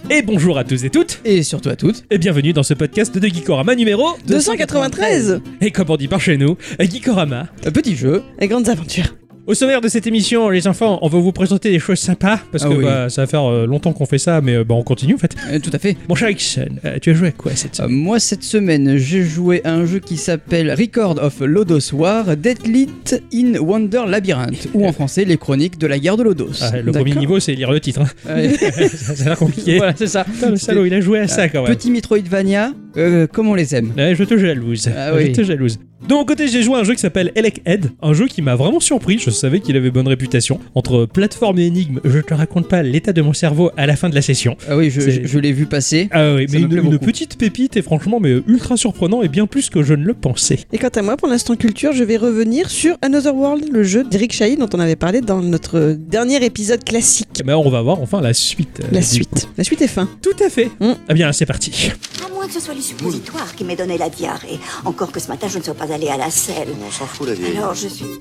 Et bonjour à tous et toutes. Et surtout à toutes. Et bienvenue dans ce podcast de Geekorama numéro 293. Et comme on dit par chez nous, Geekorama. Petit jeu. Et grandes aventures. Au sommaire de cette émission, les enfants, on va vous présenter des choses sympas, parce que ça va faire longtemps qu'on fait ça, mais on continue en fait. Tout à fait. Mon cher Ixon, tu as joué à quoi cette semaine? Moi cette semaine, j'ai joué à un jeu qui s'appelle Record of Lodos War, Deadlit in Wonder Labyrinth, ou en français, les chroniques de la guerre de Lodos. Le premier niveau, c'est lire le titre. Hein. Ça a l'air compliqué. Voilà, c'est ça. Putain, le salaud, il a joué à ça quand même. Petit Metroidvania, comme on les aime. Ouais, je te jalouse. Je te jalouse. De mon côté, j'ai joué à un jeu qui s'appelle Elec Head, un jeu qui m'a vraiment surpris. Je savais qu'il avait bonne réputation. Entre plateforme et énigme, je te raconte pas l'état de mon cerveau à la fin de la session. Ah oui, je l'ai vu passer. Ah oui, mais une petite pépite et franchement, mais ultra surprenant et bien plus que je ne le pensais. Et quant à moi, pour l'instant culture, je vais revenir sur Another World, le jeu d'Eric Chahi dont on avait parlé dans notre dernier épisode classique. Mais on va voir enfin la suite. La suite est fin. Tout à fait. Eh bien, c'est parti. À moins que ce soit les suppositoires qui m'aient donné la diarrhée. Encore que ce matin, je ne sois pas allée à la selle. On s'en fout, la vieille. Alors, je suis...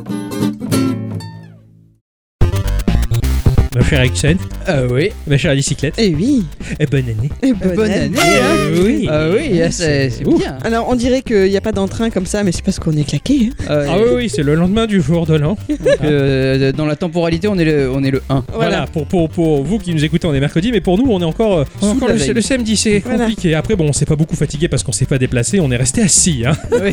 Ma chère Ixon. Oui. Ma chère bicyclette. Eh oui. Et bonne année. Et Bonne année, hein. Oui. Oui, c'est bien. Alors, on dirait qu'il n'y a pas d'entrain comme ça, mais c'est parce qu'on est claqué. Hein. Oui, c'est le lendemain du jour de l'an. Dans la temporalité, on est le 1. Voilà, pour vous qui nous écoutez, on est mercredi, mais pour nous, on est encore le samedi, c'est compliqué. Après, on s'est pas beaucoup fatigué parce qu'on s'est pas déplacé, on est resté assis. Hein. Oui.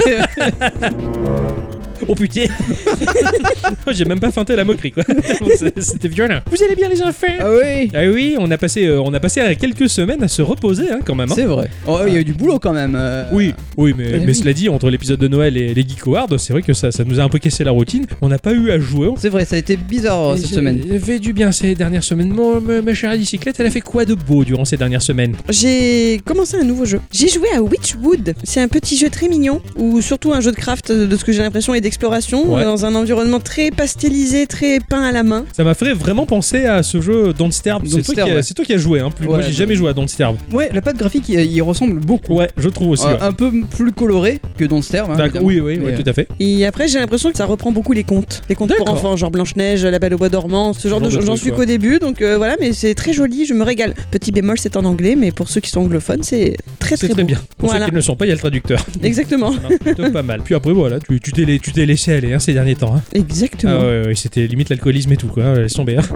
Oh putain. J'ai même pas feinté la moquerie, quoi. C'était violent. Vous allez bien, les enfants? Ah oui, on a passé quelques semaines à se reposer, hein, quand même. Hein. C'est vrai. Il y a eu du boulot quand même. Oui, mais cela dit, entre l'épisode de Noël et les Geek Awards, c'est vrai que ça nous a un peu cassé la routine. On n'a pas eu à jouer. C'est vrai, ça a été bizarre cette semaine. Ça fait du bien ces dernières semaines. Ma chère bicyclette, elle a fait quoi de beau durant ces dernières semaines? J'ai commencé un nouveau jeu. J'ai joué à Witchwood. C'est un petit jeu très mignon, ou surtout un jeu de craft, de ce que j'ai l'impression, et d'exploration, dans un environnement très pastelisé, très peint à la main. Ça m'a fait vraiment penser à ce jeu Don't Starve. C'est toi qui as joué, hein. Moi, j'ai jamais joué à Don't Starve. Ouais, la patte graphique, il ressemble beaucoup. Ouais, je trouve aussi. Un peu plus coloré que Don't Starve. Hein, oui, tout à fait. Et après, j'ai l'impression que ça reprend beaucoup les contes. Les contes pour enfants, genre Blanche-Neige, La Belle au Bois dormant, ce genre de choses. J'en suis qu'au début, donc voilà, mais c'est très joli, je me régale. Petit bémol, c'est en anglais, mais pour ceux qui sont anglophones, c'est très beau. Bien. Pour ceux qui ne le sont pas, il y a le traducteur. Exactement. Ça marche plutôt pas mal. Puis après, voilà, tu t'es laissé aller, hein, ces derniers temps. Hein. Exactement. Ouais, c'était limite l'alcoolisme et tout, quoi. Laisse tomber. Hein.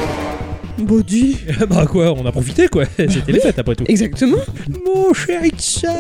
Body. Bah quoi, on a profité, quoi. C'était les fêtes après tout. Exactement. Mon cher Ixon.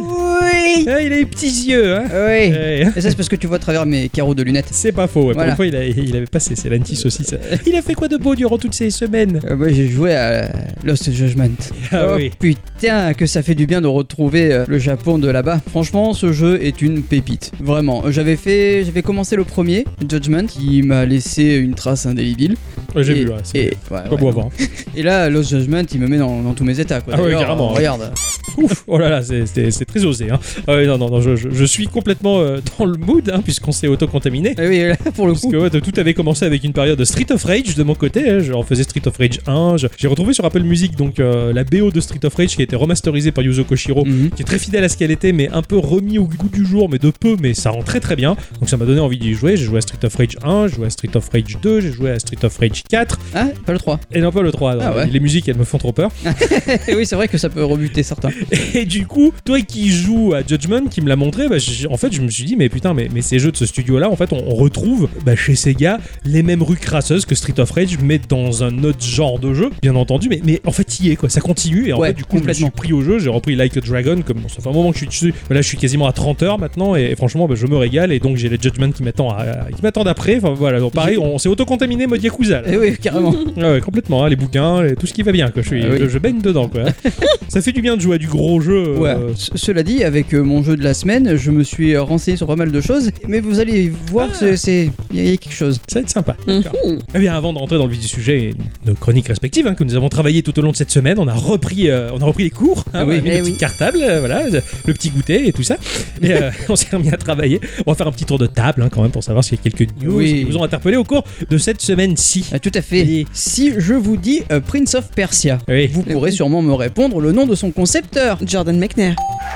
Oui. Il a les petits yeux, hein. Oui. Et ça, c'est parce que tu vois à travers mes carreaux de lunettes. C'est pas faux. Ouais. Voilà. Pour une fois, il avait passé. C'est l'antis aussi. Ça. Il a fait quoi de beau durant toutes ces semaines? Moi, j'ai joué à Lost Judgment. Oui. Putain, que ça fait du bien de retrouver le Japon de là-bas. Franchement, ce jeu est une pépite. Vraiment. J'avais commencé le premier, Judgment, qui m'a laissé une trace indélébile. Ouais, j'ai vu, voir. Et là, Lost Judgment, il me met dans tous mes états, quoi. Ah oui, carrément. Regarde. Ouf, oh là là, c'est très osé. Hein. Non, je suis complètement dans le mood, hein, puisqu'on s'est auto-contaminé. Oui, là, pour le coup. Parce que tout avait commencé avec une période de Street of Rage de mon côté. Hein. Je refaisais Street of Rage 1. J'ai retrouvé sur Apple Music donc la BO de Street of Rage qui a été remasterisée par Yuzo Koshiro, qui est très fidèle à ce qu'elle était, mais un peu remis au goût du jour, mais de peu, mais ça rend très très bien. Donc ça m'a donné envie d'y jouer. J'ai joué à Street of Rage 1, j'ai joué à Street of Rage 2, j'ai joué à Street of Rage 4. Ah, pas le 3. Et non, pas le 3. Les musiques, elles me font trop peur. Oui, c'est vrai que ça peut rebuter certains. Et du coup, toi qui joues à Judgment, qui me l'a montré, en fait, je me suis dit, mais putain, mais ces jeux de ce studio-là, en fait, on retrouve chez Sega les mêmes rues crasseuses que Street of Rage, mais dans un autre genre de jeu, bien entendu. Mais en fait, y est, quoi. Ça continue. Et en fait, du coup, je me suis pris au jeu. J'ai repris Like a Dragon, comme ça fait un moment que je suis dessus. Là, je suis quasiment à 30 heures maintenant, et franchement, je me régale. Et donc, j'ai les Judgment qui m'attendent après. Enfin, voilà. Donc, pareil, on s'est auto-contaminé mode Yakuza. Et oui, carrément. Ouais, complètement. Hein, les bouquins, tout ce qui va bien, quoi. Je baigne dedans, quoi. Ça fait du bien de jouer à du gros jeu. Cela dit, avec mon jeu de la semaine, je me suis renseigné sur pas mal de choses, mais vous allez voir il y a quelque chose. Ça va être sympa. Eh bien, avant de rentrer dans le vif du sujet, nos chroniques respectives que nous avons travaillées tout au long de cette semaine, on a repris les cours, le petit cartable, voilà, le petit goûter et tout ça. Et on s'est remis à travailler. On va faire un petit tour de table quand même pour savoir s'il y a quelques news qui vous ont interpellé au cours de cette semaine-ci. Tout à fait. Et si je vous dis Prince of Persia, vous pourrez sûrement me répondre le nom de son concepteur. Jordan Mechner.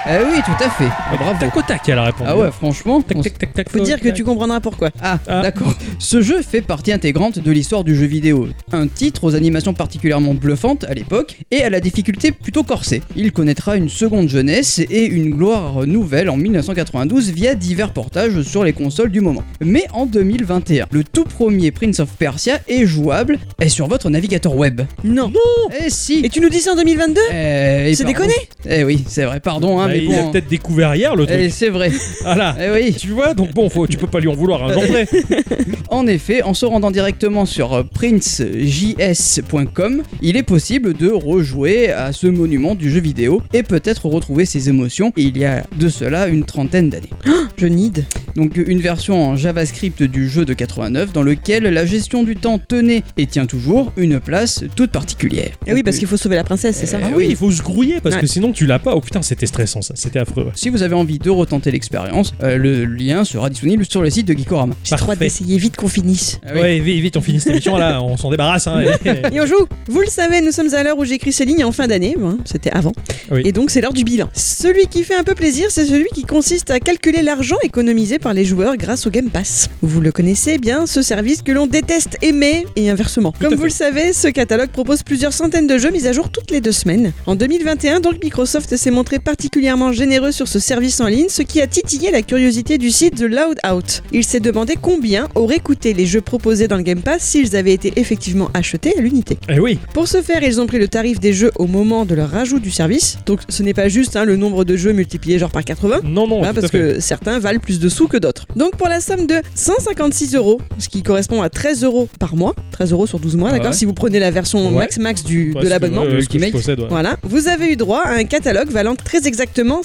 Oui, tout à fait. Bravo. Tac au tac, elle a répondu. Ah ouais, franchement. Tac, tac, tac, tac. Faut dire que tu comprendras pourquoi. Ah, d'accord. Ce jeu fait partie intégrante de l'histoire du jeu vidéo. Un titre aux animations particulièrement bluffantes à l'époque et à la difficulté plutôt corsée. Il connaîtra une seconde jeunesse et une gloire nouvelle en 1992 via divers portages sur les consoles du moment. Mais en 2021, le tout premier Prince of Persia est jouable et sur votre navigateur web. Non. Eh si. Et tu nous dis ça en 2022 C'est déconné. Eh oui, c'est vrai, pardon, hein, mais il bon. a peut-être découvert hier le truc. C'est vrai. Voilà. Eh oui. Tu vois, donc bon, tu peux pas lui en vouloir un jour près. En effet, en se rendant directement sur princejs.com, il est possible de rejouer à ce monument du jeu vidéo et peut-être retrouver ses émotions. Et il y a de cela une trentaine d'années. Je need. Donc une version en JavaScript du jeu de 89 dans lequel la gestion du temps tenait et tient toujours une place toute particulière. Et oui, parce qu'il faut sauver la princesse, c'est ça. Ah oui, il faut se grouiller parce que sinon tu l'as pas. Oh putain, c'était stressant ça, c'était affreux. Si vous avez envie de retenter l'expérience, le lien sera disponible sur le site de Geekorama. J'ai trop hâte d'essayer, vite qu'on finisse. Ah oui. Ouais, vite, on finit cette émission là, on s'en débarrasse. Hein, Et on joue. Vous le savez, nous sommes à l'heure où j'écris ces lignes en fin d'année, hein, c'était avant. Oui. Et donc c'est l'heure du bilan. Celui qui fait un peu plaisir, c'est celui qui consiste à calculer l'argent économisé par les joueurs grâce au Game Pass. Vous le connaissez bien, ce service que l'on déteste aimer et inversement. Comme vous le savez, ce catalogue propose plusieurs centaines de jeux mis à jour toutes les 2 semaines. En 2021, donc, Microsoft s'est montré particulièrement généreux sur ce service en ligne, ce qui a titillé la curiosité du site The Loud Out. Il s'est demandé combien auraient coûté les jeux proposés dans le Game Pass s'ils avaient été effectivement achetés à l'unité. Eh oui. Pour ce faire, ils ont pris le tarif des jeux au moment de leur rajout du service. Donc ce n'est pas juste le nombre de jeux multiplié genre par 80. Non, Parce que certains valent plus de sous que d'autres. Donc pour la somme de 156€, ce qui correspond à 13€ par mois, 13€ sur 12 mois, d'accord, si vous prenez la version max de l'abonnement, voilà, vous avez eu droit à un catalogue valant très exactement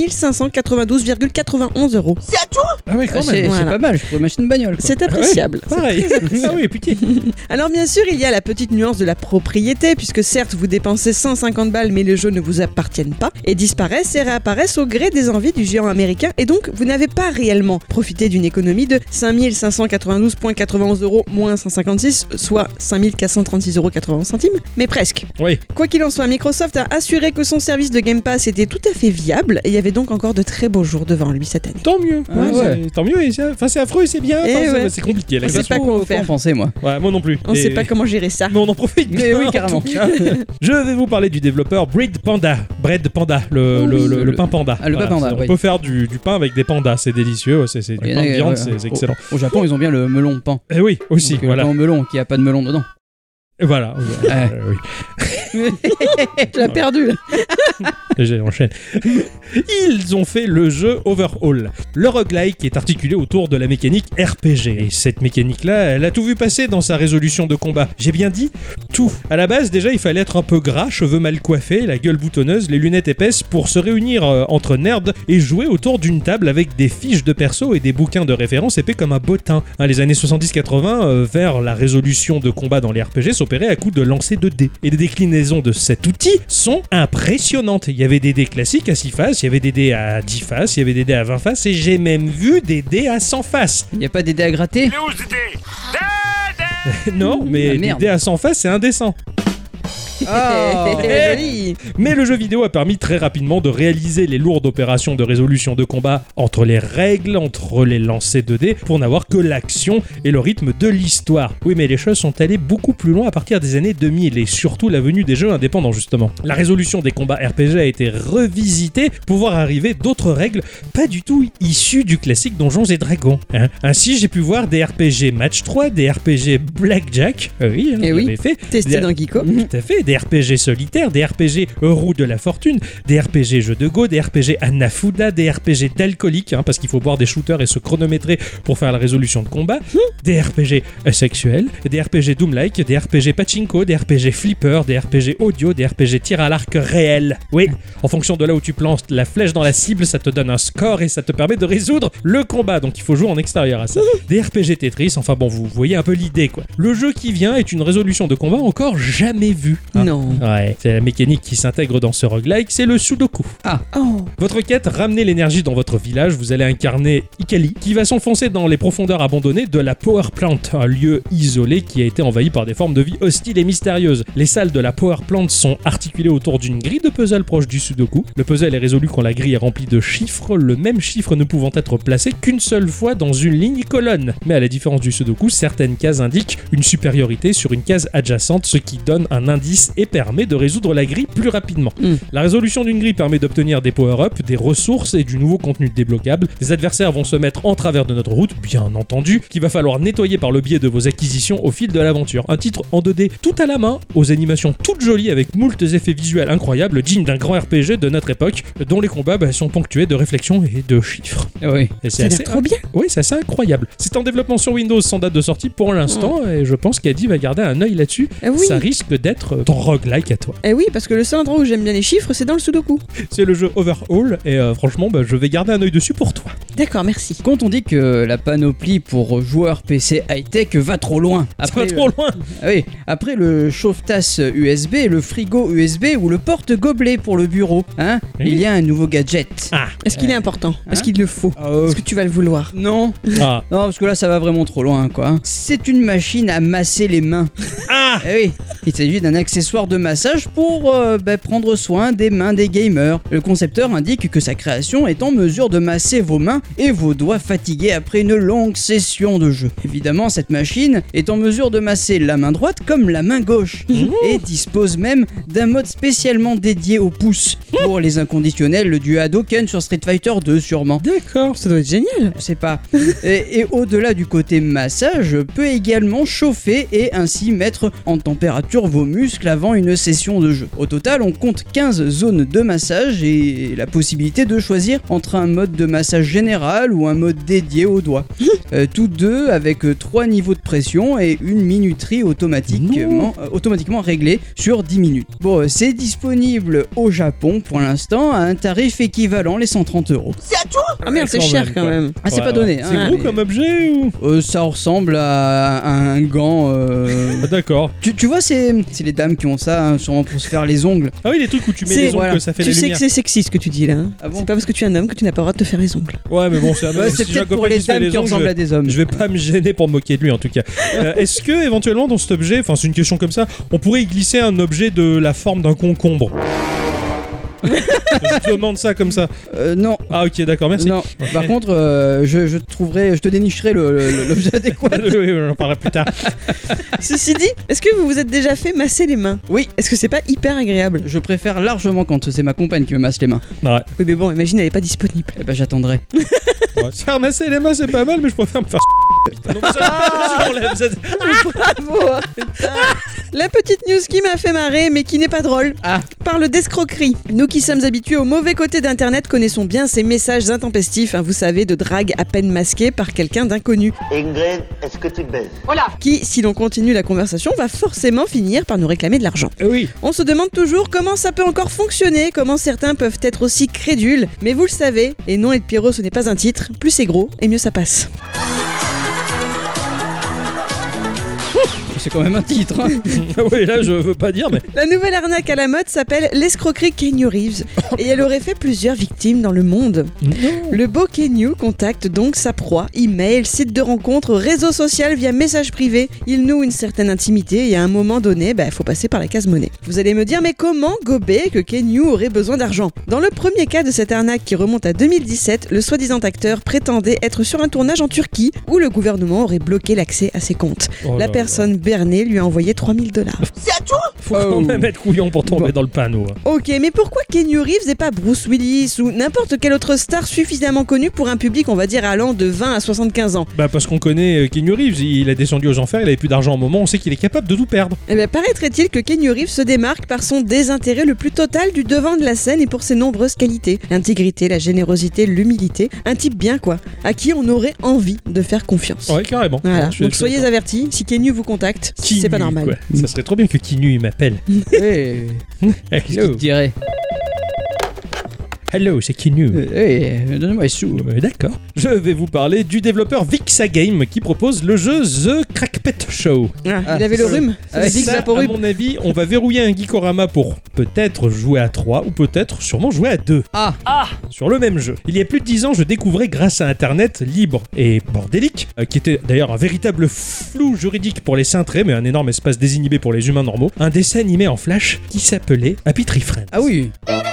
5592,91€. C'est à tout. Ah oui, quand même. C'est pas mal, je pourrais m'acheter une bagnole. C'est appréciable. Ah ouais, pareil. Ah oui, pitié. Alors bien sûr, il y a la petite nuance de la propriété, puisque certes vous dépensez 150 balles, mais les jeux ne vous appartiennent pas, et disparaissent et réapparaissent au gré des envies du géant américain, et donc vous n'avez pas réellement profité d'une économie de 5592,91€ moins 156, soit 5436,91€, mais presque. Oui. Quoi qu'il en soit, Microsoft a assuré que son service de Game Pass était tout à fait viable, et il y avait donc encore de très beaux jours devant lui cette année. Tant mieux. Ouais. Tant mieux. C'est affreux et c'est bien. C'est compliqué. On sait pas quoi faire. Penser, moi. Ouais, moi non plus. On sait pas comment gérer ça. Mais on en profite. Mais oui, carrément. Je vais vous parler du développeur Bread Panda, le pain panda. Ah, le pain panda, On oui. peut faire du pain avec des pandas, c'est délicieux, c'est du pain de viande, c'est excellent. Au Japon, ils ont bien le melon de pain. Et oui, aussi, Donc, voilà. Le pain au melon qui a pas de melon dedans. Et voilà. Oui. Tu l'as perdu là. J'enchaîne. Ils ont fait le jeu Overhaul. Le roguelike est articulé autour de la mécanique RPG. Et cette mécanique-là, elle a tout vu passer dans sa résolution de combat. J'ai bien dit tout. À la base, déjà, il fallait être un peu gras, cheveux mal coiffés, la gueule boutonneuse, les lunettes épaisses pour se réunir entre nerds et jouer autour d'une table avec des fiches de perso et des bouquins de référence épais comme un bottin. Les années 70-80, vers la résolution de combat dans les RPG s'opérait à coup de lancer de dés. Et les déclinaisons de cet outil sont impressionnantes. Il y avait des dés classiques à 6 faces, il y avait des dés à 10 faces, il y avait des dés à 20 faces et j'ai même vu des dés à 100 faces. Il n'y a pas des dés à gratter? Non, mais des dés à 100 faces, c'est indécent. Oh. Joli. Mais le jeu vidéo a permis très rapidement de réaliser les lourdes opérations de résolution de combat entre les règles, entre les lancers de dés, pour n'avoir que l'action et le rythme de l'histoire. Oui, mais les choses sont allées beaucoup plus loin à partir des années 2000 et surtout la venue des jeux indépendants justement. La résolution des combats RPG a été revisitée pour voir arriver d'autres règles pas du tout issues du classique Donjons et Dragons. Ainsi, j'ai pu voir des RPG Match 3, des RPG Blackjack, oui, j'avais fait. Testé dans Geeko. Tout à fait, des RPG solitaires, des RPG Roue de la Fortune, des RPG Jeux de Go, des RPG Anafuda, des RPG d'alcoolique, parce qu'il faut boire des shooters et se chronométrer pour faire la résolution de combat, des RPG sexuels, des RPG Doom-like, des RPG Pachinko, des RPG Flipper, des RPG audio, des RPG tir à l'arc réel. Oui, en fonction de là où tu plantes la flèche dans la cible, ça te donne un score et ça te permet de résoudre le combat, donc il faut jouer en extérieur à ça. Des RPG Tetris, enfin bon, vous voyez un peu l'idée quoi. Le jeu qui vient est une résolution de combat encore jamais vue. Hein. Non. Ouais, c'est la mécanique qui s'intègre dans ce roguelike, c'est le Sudoku. Oh. Votre quête, ramener l'énergie dans votre village. Vous allez incarner Ikali, qui va s'enfoncer dans les profondeurs abandonnées de la Power Plant, un lieu isolé qui a été envahi par des formes de vie hostiles et mystérieuses. Les salles de la Power Plant sont articulées autour d'une grille de puzzle proche du Sudoku. Le puzzle est résolu quand la grille est remplie de chiffres, le même chiffre ne pouvant être placé qu'une seule fois dans une ligne colonne. Mais à la différence du Sudoku, certaines cases indiquent une supériorité sur une case adjacente, ce qui donne un indice et permet de résoudre la grille plus rapidement. La résolution d'une grille permet d'obtenir des power-ups, des ressources et du nouveau contenu débloquable. Des adversaires vont se mettre en travers de notre route, bien entendu, qu'il va falloir nettoyer par le biais de vos acquisitions au fil de l'aventure. Un titre en 2D tout à la main, aux animations toutes jolies avec moult effets visuels incroyables, digne d'un grand RPG de notre époque, dont les combats sont ponctués de réflexions et de chiffres. Oui. Et Ça a l'air trop bien. Oui, c'est assez incroyable. C'est en développement sur Windows sans date de sortie pour l'instant, et je pense qu'Adi va garder un œil là-dessus. Oui. Ça risque d'être ton roguelike à toi. Eh oui, parce que le seul endroit où j'aime bien les chiffres, c'est dans le Sudoku. C'est le jeu Overhaul, et franchement, je vais garder un œil dessus pour toi. D'accord, merci. Quand on dit que la panoplie pour joueurs PC high-tech va trop loin. Ça va trop loin. Ah oui, après le chauffe-tasse USB, le frigo USB ou le porte-gobelet pour le bureau, hein, Oui. il y a un nouveau gadget. Ah, Est-ce qu'il est important Est-ce qu'il le faut Est-ce que tu vas le vouloir Non, ah, non, parce que là ça va vraiment trop loin, quoi. C'est une machine à masser les mains. ah. Eh oui, il s'agit d'un accessoire de massage pour prendre soin des mains des gamers. Le concepteur indique que sa création est en mesure de masser vos mains et vos doigts fatigués après une longue session de jeu. Évidemment, cette machine est en mesure de masser la main droite comme la main gauche et dispose même d'un mode spécialement dédié au pouce pour les inconditionnels du Hadouken sur Street Fighter 2 sûrement. D'accord. Ça doit être génial. Je sais pas. Et au-delà du côté massage, peut également chauffer et ainsi mettre en température vos muscles avant une session de jeu. Au total, on compte 15 zones de massage et la possibilité de choisir entre un mode de massage général ou un mode dédié aux doigts. Toutes deux avec 3 niveaux de pression et une minuterie automatiquement réglée sur 10 minutes. Bon, c'est disponible au Japon pour l'instant à un tarif équivalent les 130 €. Ah merde, c'est Quand cher même, quand quoi. même. Ah, c'est pas donné. C'est hein, gros mais- comme objet ou Ça ressemble à un gant. Ah, d'accord. Tu vois, c'est les dames qui ont ça, hein, sûrement pour se faire les ongles. Ah oui, les trucs où tu mets C'est- les ongles voilà. que ça fait Tu la sais que lumière. c'est sexy ce que tu dis là. Hein. Ah bon C'est pas parce que tu es un homme que tu n'as pas le droit de te faire les ongles. Ouais, mais bon, c'est Ouais, c'est si j'ai un peut-être pour copain les qui se fait dames les qui ongles, ressemblent à des hommes. je vais pas me gêner pour me moquer de lui en tout cas. Est-ce que éventuellement dans cet objet, enfin c'est une question comme ça, on pourrait y glisser un objet de la forme d'un concombre? Je te demande ça comme ça. Non. Ah ok, d'accord, merci. Non. Par contre, je te dénicherai l'objet adéquat. Oui, j'en parlerai plus tard. Ceci dit, est-ce que vous vous êtes déjà fait masser les mains? Oui. Est-ce que c'est pas hyper agréable? Je préfère largement quand c'est ma compagne qui me masse les mains. Ouais. Oui, mais bon, imagine, elle est pas disponible. Eh ben, j'attendrai. Ouais. Se faire ramasser les mains, c'est pas mal, mais je préfère me faire. Non, mais ça- Bravo. La petite news qui m'a fait marrer, mais qui n'est pas drôle. Ah. Parle d'escroquerie. Nous qui sommes habitués au mauvais côté d'Internet connaissons bien ces messages intempestifs, hein, vous savez, de drague à peine masquée par quelqu'un d'inconnu. Ingrid, est-ce que tu te baises? Qui, si l'on continue la conversation, va forcément finir par nous réclamer de l'argent. Oui. On se demande toujours comment ça peut encore fonctionner, comment certains peuvent être aussi crédules, mais vous le savez, et non, et de Pierrot, ce n'est pas un titre, plus c'est gros, et mieux ça passe. C'est quand même un titre. Hein. Oui, là je veux pas dire, mais. La nouvelle arnaque à la mode s'appelle l'escroquerie Keanu Reeves, et elle aurait fait plusieurs victimes dans le monde. Le beau Keanu contacte donc sa proie, email, site de rencontre, réseau social via message privé. Il noue une certaine intimité et à un moment donné, faut passer par la case monnaie. Vous allez me dire, mais comment gober que Keanu aurait besoin d'argent? Dans le premier cas de cette arnaque qui remonte à 2017, le soi-disant acteur prétendait être sur un tournage en Turquie où le gouvernement aurait bloqué l'accès à ses comptes. Oh La là personne bernée lui a envoyé 3000 $. Faut quand même être couillon pour tomber dans le panneau. Ok, mais pourquoi Keanu Reeves et pas Bruce Willis ou n'importe quelle autre star suffisamment connue pour un public, on va dire, allant de 20 à 75 ans? Bah parce qu'on connaît Keanu Reeves, il a descendu aux enfers, il avait plus d'argent au moment, on sait qu'il est capable de tout perdre. Eh bien, paraîtrait-il que Keanu Reeves se démarque par son désintérêt le plus total du devant de la scène et pour ses nombreuses qualités. L'intégrité, la générosité, l'humilité. Un type bien, quoi, à qui on aurait envie de faire confiance. Ouais, carrément. Voilà, Je suis donc soyez d'accord. avertis, si Keanu vous contacte, Keanu, c'est pas normal. quoi. Ça serait trop bien que Keanu il m'appelle. Qu'est-ce qu'il te dirait? Hello, c'est Kinu. Donnez-moi les sous. D'accord. Je vais vous parler du développeur Vixa Game qui propose le jeu The Crackpet Show. Il avait le rhume. Ah, C'est Ça, à mon avis, on va verrouiller un Geekorama pour peut-être jouer à 3 ou peut-être sûrement jouer à 2 sur le même jeu. Il y a plus de 10 ans, je découvrais grâce à Internet libre et bordélique, qui était d'ailleurs un véritable flou juridique pour les cintrés, mais un énorme espace désinhibé pour les humains normaux, un dessin animé en flash qui s'appelait Happy Tree Friends. Ah oui.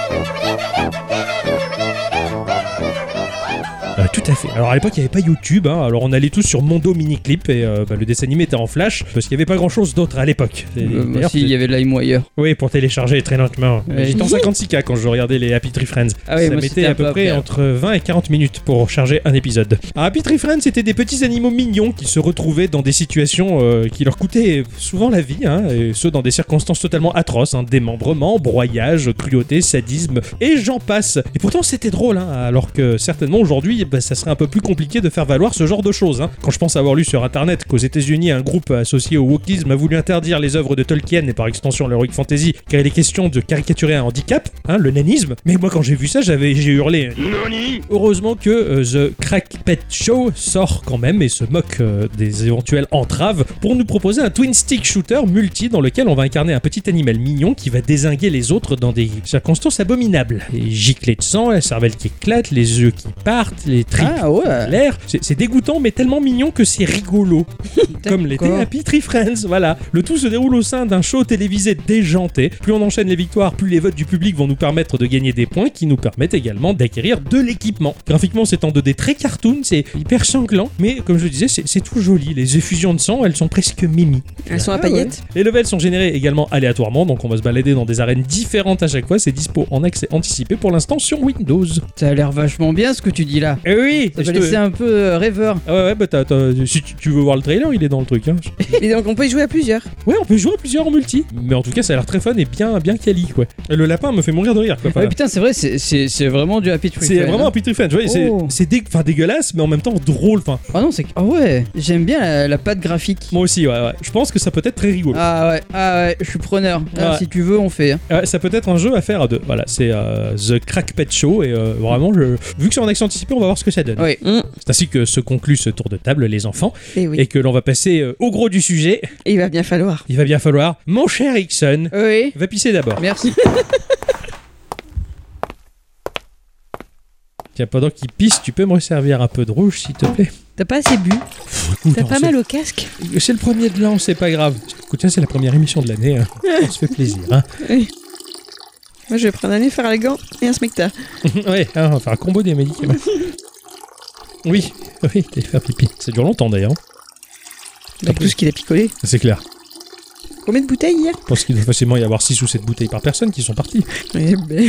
Tout à fait. Alors à l'époque, il n'y avait pas YouTube, hein. Alors on allait tous sur Mondo Miniclip et le dessin animé était en flash parce qu'il n'y avait pas grand chose d'autre à l'époque. Moi aussi, il y avait de LimeWire. Oui, pour télécharger très lentement. Ouais. J'étais en 56K quand je regardais les Happy Tree Friends. Ah oui, ça moi, mettait c'était à un peu peu près après. entre 20 et 40 minutes pour charger un épisode. Alors, Happy Tree Friends, c'était des petits animaux mignons qui se retrouvaient dans des situations qui leur coûtaient souvent la vie, hein, et ce dans des circonstances totalement atroces, hein, démembrement, broyage, cruauté, sadisme, et j'en passe. Et pourtant c'était drôle, hein, alors que certainement aujourd'hui, ça serait un peu plus compliqué de faire valoir ce genre de choses. Hein. Quand je pense avoir lu sur internet qu'aux États-Unis, un groupe associé au wokisme a voulu interdire les œuvres de Tolkien et par extension l'heroic fantasy car il est question de caricaturer un handicap, hein, le nanisme. Mais moi quand j'ai vu ça, j'ai hurlé. Nani. Heureusement que The Crackpet Show sort quand même et se moque des éventuelles entraves pour nous proposer un twin stick shooter multi dans lequel on va incarner un petit animal mignon qui va dézinguer les autres dans des circonstances abominables. Les giclées de sang, la cervelle qui éclate, les yeux qui partent, les tripes Ah ouais. l'air. C'est dégoûtant mais tellement mignon que c'est rigolo. Comme l'était Happy Tree Friends, voilà. Le tout se déroule au sein d'un show télévisé déjanté. Plus on enchaîne les victoires, plus les votes du public vont nous permettre de gagner des points qui nous permettent également d'acquérir de l'équipement. Graphiquement, c'est en 2D très cartoon, c'est hyper sanglant, mais comme je le disais, c'est tout joli. Les effusions de sang, elles sont presque mimi. Elles sont à paillettes. Les levels sont générés également aléatoirement, donc on va se balader dans des arènes différentes à chaque fois. C'est dispo en accès anticipé pour l'instant sur Windows. Ça a l'air vachement bien ce que tu dis là. Eh oui, Ça peut laisser un peu rêveur. Ah ouais, bah si tu veux voir le trailer, il est dans le truc. Hein. Et donc on peut y jouer à plusieurs. Ouais, on peut jouer à plusieurs en multi. Mais en tout cas, ça a l'air très fun et bien quali, quoi. Et le lapin me fait mourir de rire, quoi. Ouais, putain, c'est vrai, c'est vraiment du Happy Tree C'est Friends, vraiment hein. un Happy Tree Friends. Ouais, Oh. c'est dégueulasse, mais en même temps drôle. Enfin, Ah non, c'est. Ah ouais, j'aime bien la patte graphique. moi aussi, ouais. Je pense que ça peut être très rigolo. Ah ouais, je suis preneur. Ah, Ouais. si tu veux, on fait. Hein. Ouais, ça peut être un jeu à faire à deux. Voilà, c'est The Crackpet Show et vraiment, vu que c'est en accès anticipé, on va voir ce que ça donne. Oui. C'est ainsi que se conclut ce tour de table, les enfants, Et oui. et que l'on va passer au gros du sujet. Et il va bien falloir. Il va bien falloir, mon cher Ixon, Oui. va pisser d'abord. Merci. Tiens, pendant qu'il pisse, tu peux me resservir un peu de rouge, s'il te plaît. T'as pas assez bu. Écoute, T'as non, pas c'est- mal au casque. C'est le premier de l'an, c'est pas grave. Écoute, tiens, c'est la première émission de l'année. Hein. On se fait plaisir. Hein. Moi je vais prendre un effaralgan et un smecta. Ouais, hein, on va faire un combo des médicaments. Oui, t'allais faire pipi. Ça dure longtemps d'ailleurs. Avec tout ce qu'il a picolé. C'est clair. Combien de bouteilles hier? Je pense qu'il doit facilement y avoir 6 ou 7 bouteilles par personne qui sont parties. Eh ben,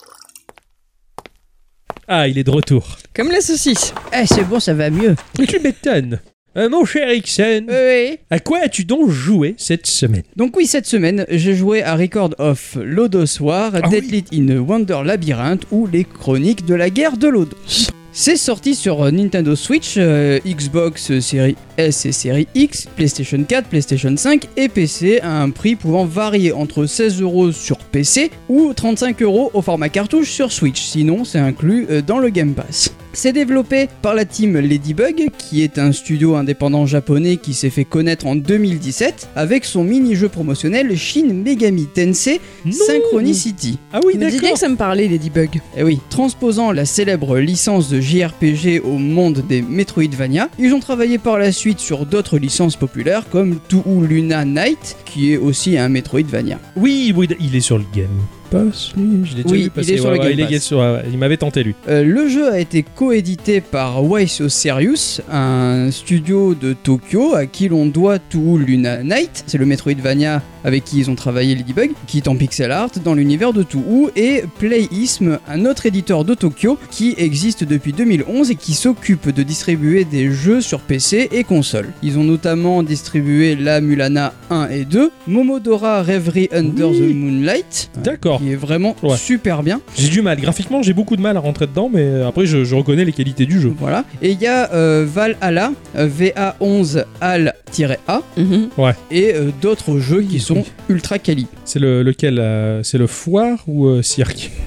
Ah, il est de retour. comme la saucisse. Eh, c'est bon, ça va mieux. Tu m'étonnes. Mon cher Ixon, Oui. à quoi as-tu donc joué cette semaine? Donc oui, cette semaine, j'ai joué à Record of Lodos War, Ah Deadlit in Wonder Labyrinth ou les chroniques de la guerre de Lodos. C'est sorti sur Nintendo Switch, Xbox Series S et Series X, PlayStation 4, PlayStation 5 et PC à un prix pouvant varier entre 16€ sur PC ou 35€ au format cartouche sur Switch, sinon c'est inclus dans le Game Pass. C'est développé par la team Ladybug, qui est un studio indépendant japonais qui s'est fait connaître en 2017 avec son mini-jeu promotionnel Shin Megami Tensei Non. Synchronicity. Ah oui, Il me dit bien d'accord. que ça me parlait, Ladybug. Eh oui, transposant la célèbre licence de JRPG au monde des Metroidvania, ils ont travaillé par la suite sur d'autres licences populaires comme To Luna Night, qui est aussi un Metroidvania. Oui, il est sur le Game Pass, lui. Je l'ai déjà Oui, vu passer. il est sur le Game il est Pass. il m'avait tenté, lui. Le jeu a été coédité par Why So Serious, un studio de Tokyo à qui l'on doit To Luna Night, c'est le Metroidvania avec qui ils ont travaillé Ladybug, qui est en pixel art dans l'univers de To, et Playism, un autre éditeur de Tokyo qui existe depuis 2011 et qui s'occupe de distribuer des jeux sur PC et console. Ils ont notamment distribué la Mulana 1 et 2, Momodora Reverie Under Oui. the Moonlight, D'accord. qui est vraiment Ouais. super bien. J'ai du mal. Graphiquement, j'ai beaucoup de mal à rentrer dedans, mais après, je reconnais les qualités du jeu. Voilà. Et il y a Valhalla, VA11-AL-A, et d'autres jeux qui sont ultra quali. C'est lequel C'est le foire ou cirque?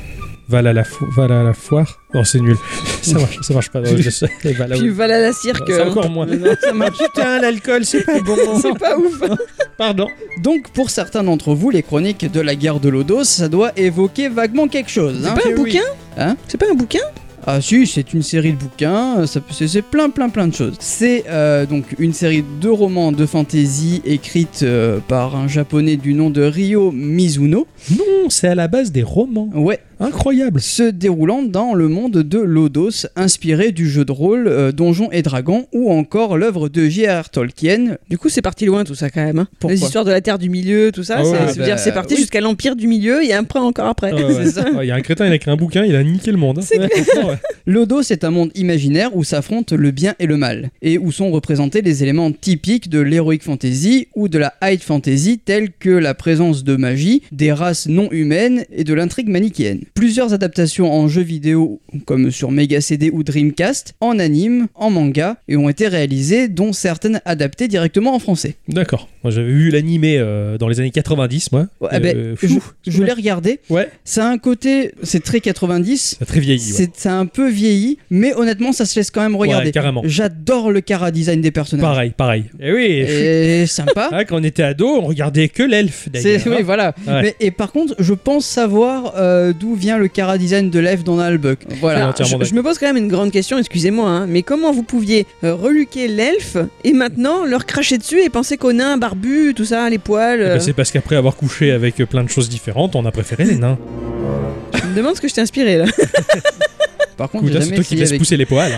Val à la foire. Non, c'est nul. ça marche pas. Je sais. Puis Val à la cirque. C'est encore moins. Non, ça marche. Putain, l'alcool, c'est pas bon. C'est pas ouf. Pardon. Donc pour certains d'entre vous, les chroniques de la guerre de Lodos, ça doit évoquer vaguement quelque chose. C'est pas un bouquin ? Hein ? C'est pas un bouquin ? Ah si, c'est une série de bouquins, c'est plein de choses. C'est donc une série de romans de fantasy écrite par un japonais du nom de Ryo Mizuno. Non, c'est à la base des romans. Ouais. Incroyable. Se déroulant dans le monde de Lodos, inspiré du jeu de rôle Donjons et Dragons ou encore l'œuvre de J.R.R. Tolkien. Du coup, c'est parti loin tout ça quand même. Hein. Pourquoi ? Les histoires de la Terre du Milieu, tout ça, c'est parti oui. jusqu'à l'Empire du Milieu et après encore après. C'est ça. Il y a un crétin, il a écrit un bouquin, il a niqué le monde. C'est clair. Lodos est un monde imaginaire où s'affrontent le bien et le mal, et où sont représentés les éléments typiques de l'heroic fantasy ou de la high fantasy tels que la présence de magie, des races non humaines et de l'intrigue manichéenne. Plusieurs adaptations en jeux vidéo comme sur Mega CD ou Dreamcast, en anime, en manga, et ont été réalisées, dont certaines adaptées directement en français. D'accord. Moi j'avais vu l'animé dans les années 90, moi. Ouais, je l'ai regardé. Ouais. Ça a un côté, c'est très 90. C'est très vieilli. Ouais. Ça a un peu vieilli, mais honnêtement, ça se laisse quand même regarder. Ouais, carrément. J'adore le chara-design des personnages. Pareil. Et oui. Et sympa. Ah, quand on était ado, on regardait que l'elfe d'ailleurs. Oui, voilà. Ouais. Et par contre, je pense savoir d'où vient le chara-design de l'elfe dans Donald Buck. Voilà. Je me pose quand même une grande question, excusez-moi, hein, mais comment vous pouviez reluquer l'elfe et maintenant leur cracher dessus et penser qu'aux nains barbus, tout ça, les poils C'est parce qu'après avoir couché avec plein de choses différentes, on a préféré les nains. Je me demande ce que je t'ai inspiré là. Par contre, j'ai c'est toi qui laisse pousser les poils.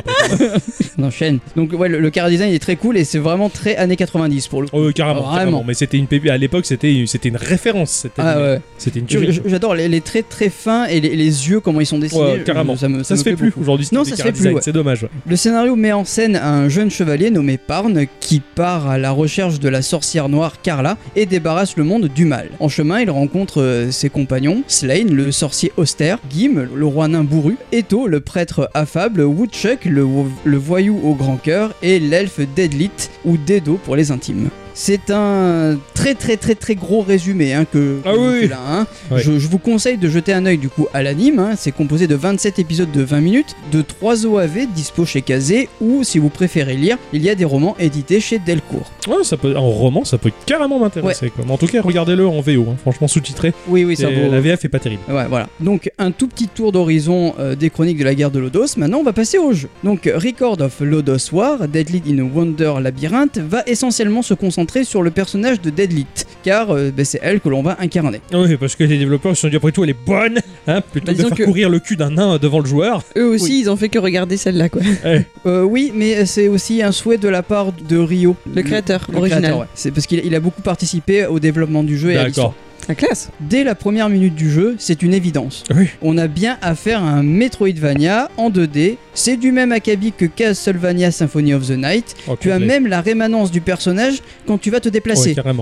On enchaîne. Donc ouais, le chara design est très cool et c'est vraiment très années 90 pour le coup. Carrément. Mais c'était une pépite. À l'époque, c'était une référence. C'était une tuerie. J'adore les traits très fins et les yeux, comment ils sont dessinés. Ouais, carrément. Ça se fait plus aujourd'hui. Non, ça se fait plus. Ouais. C'est dommage. Ouais. Le scénario met en scène un jeune chevalier nommé Parn qui part à la recherche de la sorcière noire Carla et débarrasse le monde du mal. En chemin, il rencontre ses compagnons, Slain, le sorcier austère, Gim, le roi nain bourru, Eto, le prêtre affable, Woodchuck, le voyou au grand cœur, et l'elfe Deadlit, ou Dedo pour les intimes. C'est un très gros résumé que je fais là. Hein. Ouais. Je vous conseille de jeter un œil du coup à l'anime. Hein. C'est composé de 27 épisodes de 20 minutes, de 3 OAV dispo chez Kazé, ou si vous préférez lire, il y a des romans édités chez Delcourt. Ouais, en roman, ça peut carrément m'intéresser. Ouais. En tout cas, regardez-le en VO, hein. Franchement sous-titré. Oui, ça vaut. La VF est pas terrible. Ouais, voilà. Donc un tout petit tour d'horizon des chroniques de la guerre de Lodos. Maintenant, on va passer au jeu. Donc Record of Lodos War, Deadlit in a Wonder Labyrinth, va essentiellement se concentrer sur le personnage de Deadlit, car c'est elle que l'on va incarner. Oui, parce que les développeurs se sont dit après tout elle est bonne, hein, plutôt que de faire courir le cul d'un nain devant le joueur. Eux aussi, ils ont fait que regarder celle-là, quoi. Oui, mais c'est aussi un souhait de la part de Ryo, le créateur original. Créateur, ouais. C'est parce qu'il a beaucoup participé au développement du jeu et à l'histoire. La classe. Dès la première minute du jeu, c'est une évidence. Oui. On a bien affaire à un Metroidvania en 2D. C'est du même acabit que Castlevania Symphony of the Night. Tu as même la rémanence du personnage quand tu vas te déplacer. Ouais, carrément.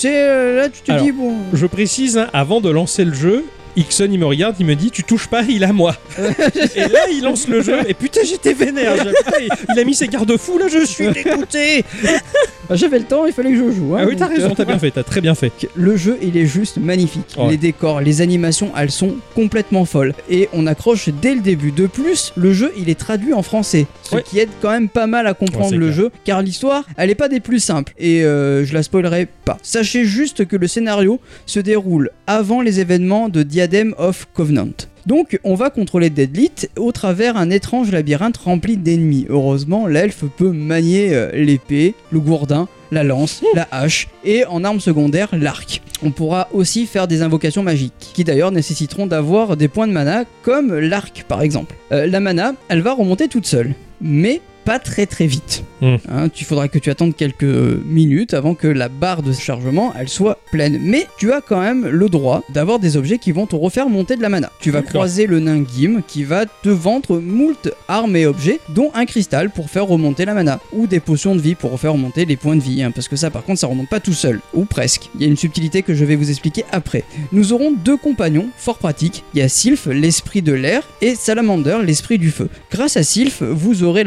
Là, tu te dis bon. Je précise, hein, avant de lancer le jeu, Ixon il me regarde, il me dit tu touches pas, il a moi. Et là il lance le jeu et putain j'étais vénère. Il a mis ses garde-fous, là je suis dégoûté. J'avais le temps, il fallait que je joue. Hein, ah oui, t'as raison, t'as bien fait, t'as très bien fait. Le jeu il est juste magnifique. Ouais. Les décors, les animations, elles sont complètement folles. Et on accroche dès le début. De plus, le jeu il est traduit en français. Ce qui aide quand même pas mal à comprendre le jeu. Car l'histoire, elle est pas des plus simples. Et je la spoilerai pas. Sachez juste que le scénario se déroule avant les événements de Diadem of Covenant. Donc on va contrôler Deadlit au travers un étrange labyrinthe rempli d'ennemis. Heureusement, l'elfe peut manier l'épée, le gourdin, la lance, la hache et en arme secondaire l'arc. On pourra aussi faire des invocations magiques, qui d'ailleurs nécessiteront d'avoir des points de mana comme l'arc par exemple. La mana, elle va remonter toute seule, mais pas très vite. Hein, il faudra que tu attendes quelques minutes avant que la barre de chargement elle soit pleine. Mais tu as quand même le droit d'avoir des objets qui vont te refaire monter de la mana. Tu vas croiser le nain Gim qui va te vendre moult armes et objets, dont un cristal pour faire remonter la mana, ou des potions de vie pour refaire remonter les points de vie, hein, parce que ça par contre ça remonte pas tout seul, ou presque. Il y a une subtilité que je vais vous expliquer après. Nous aurons deux compagnons fort pratiques. Il y a Sylph, l'esprit de l'air, et Salamander, l'esprit du feu. Grâce à Sylph, vous aurez la possibilité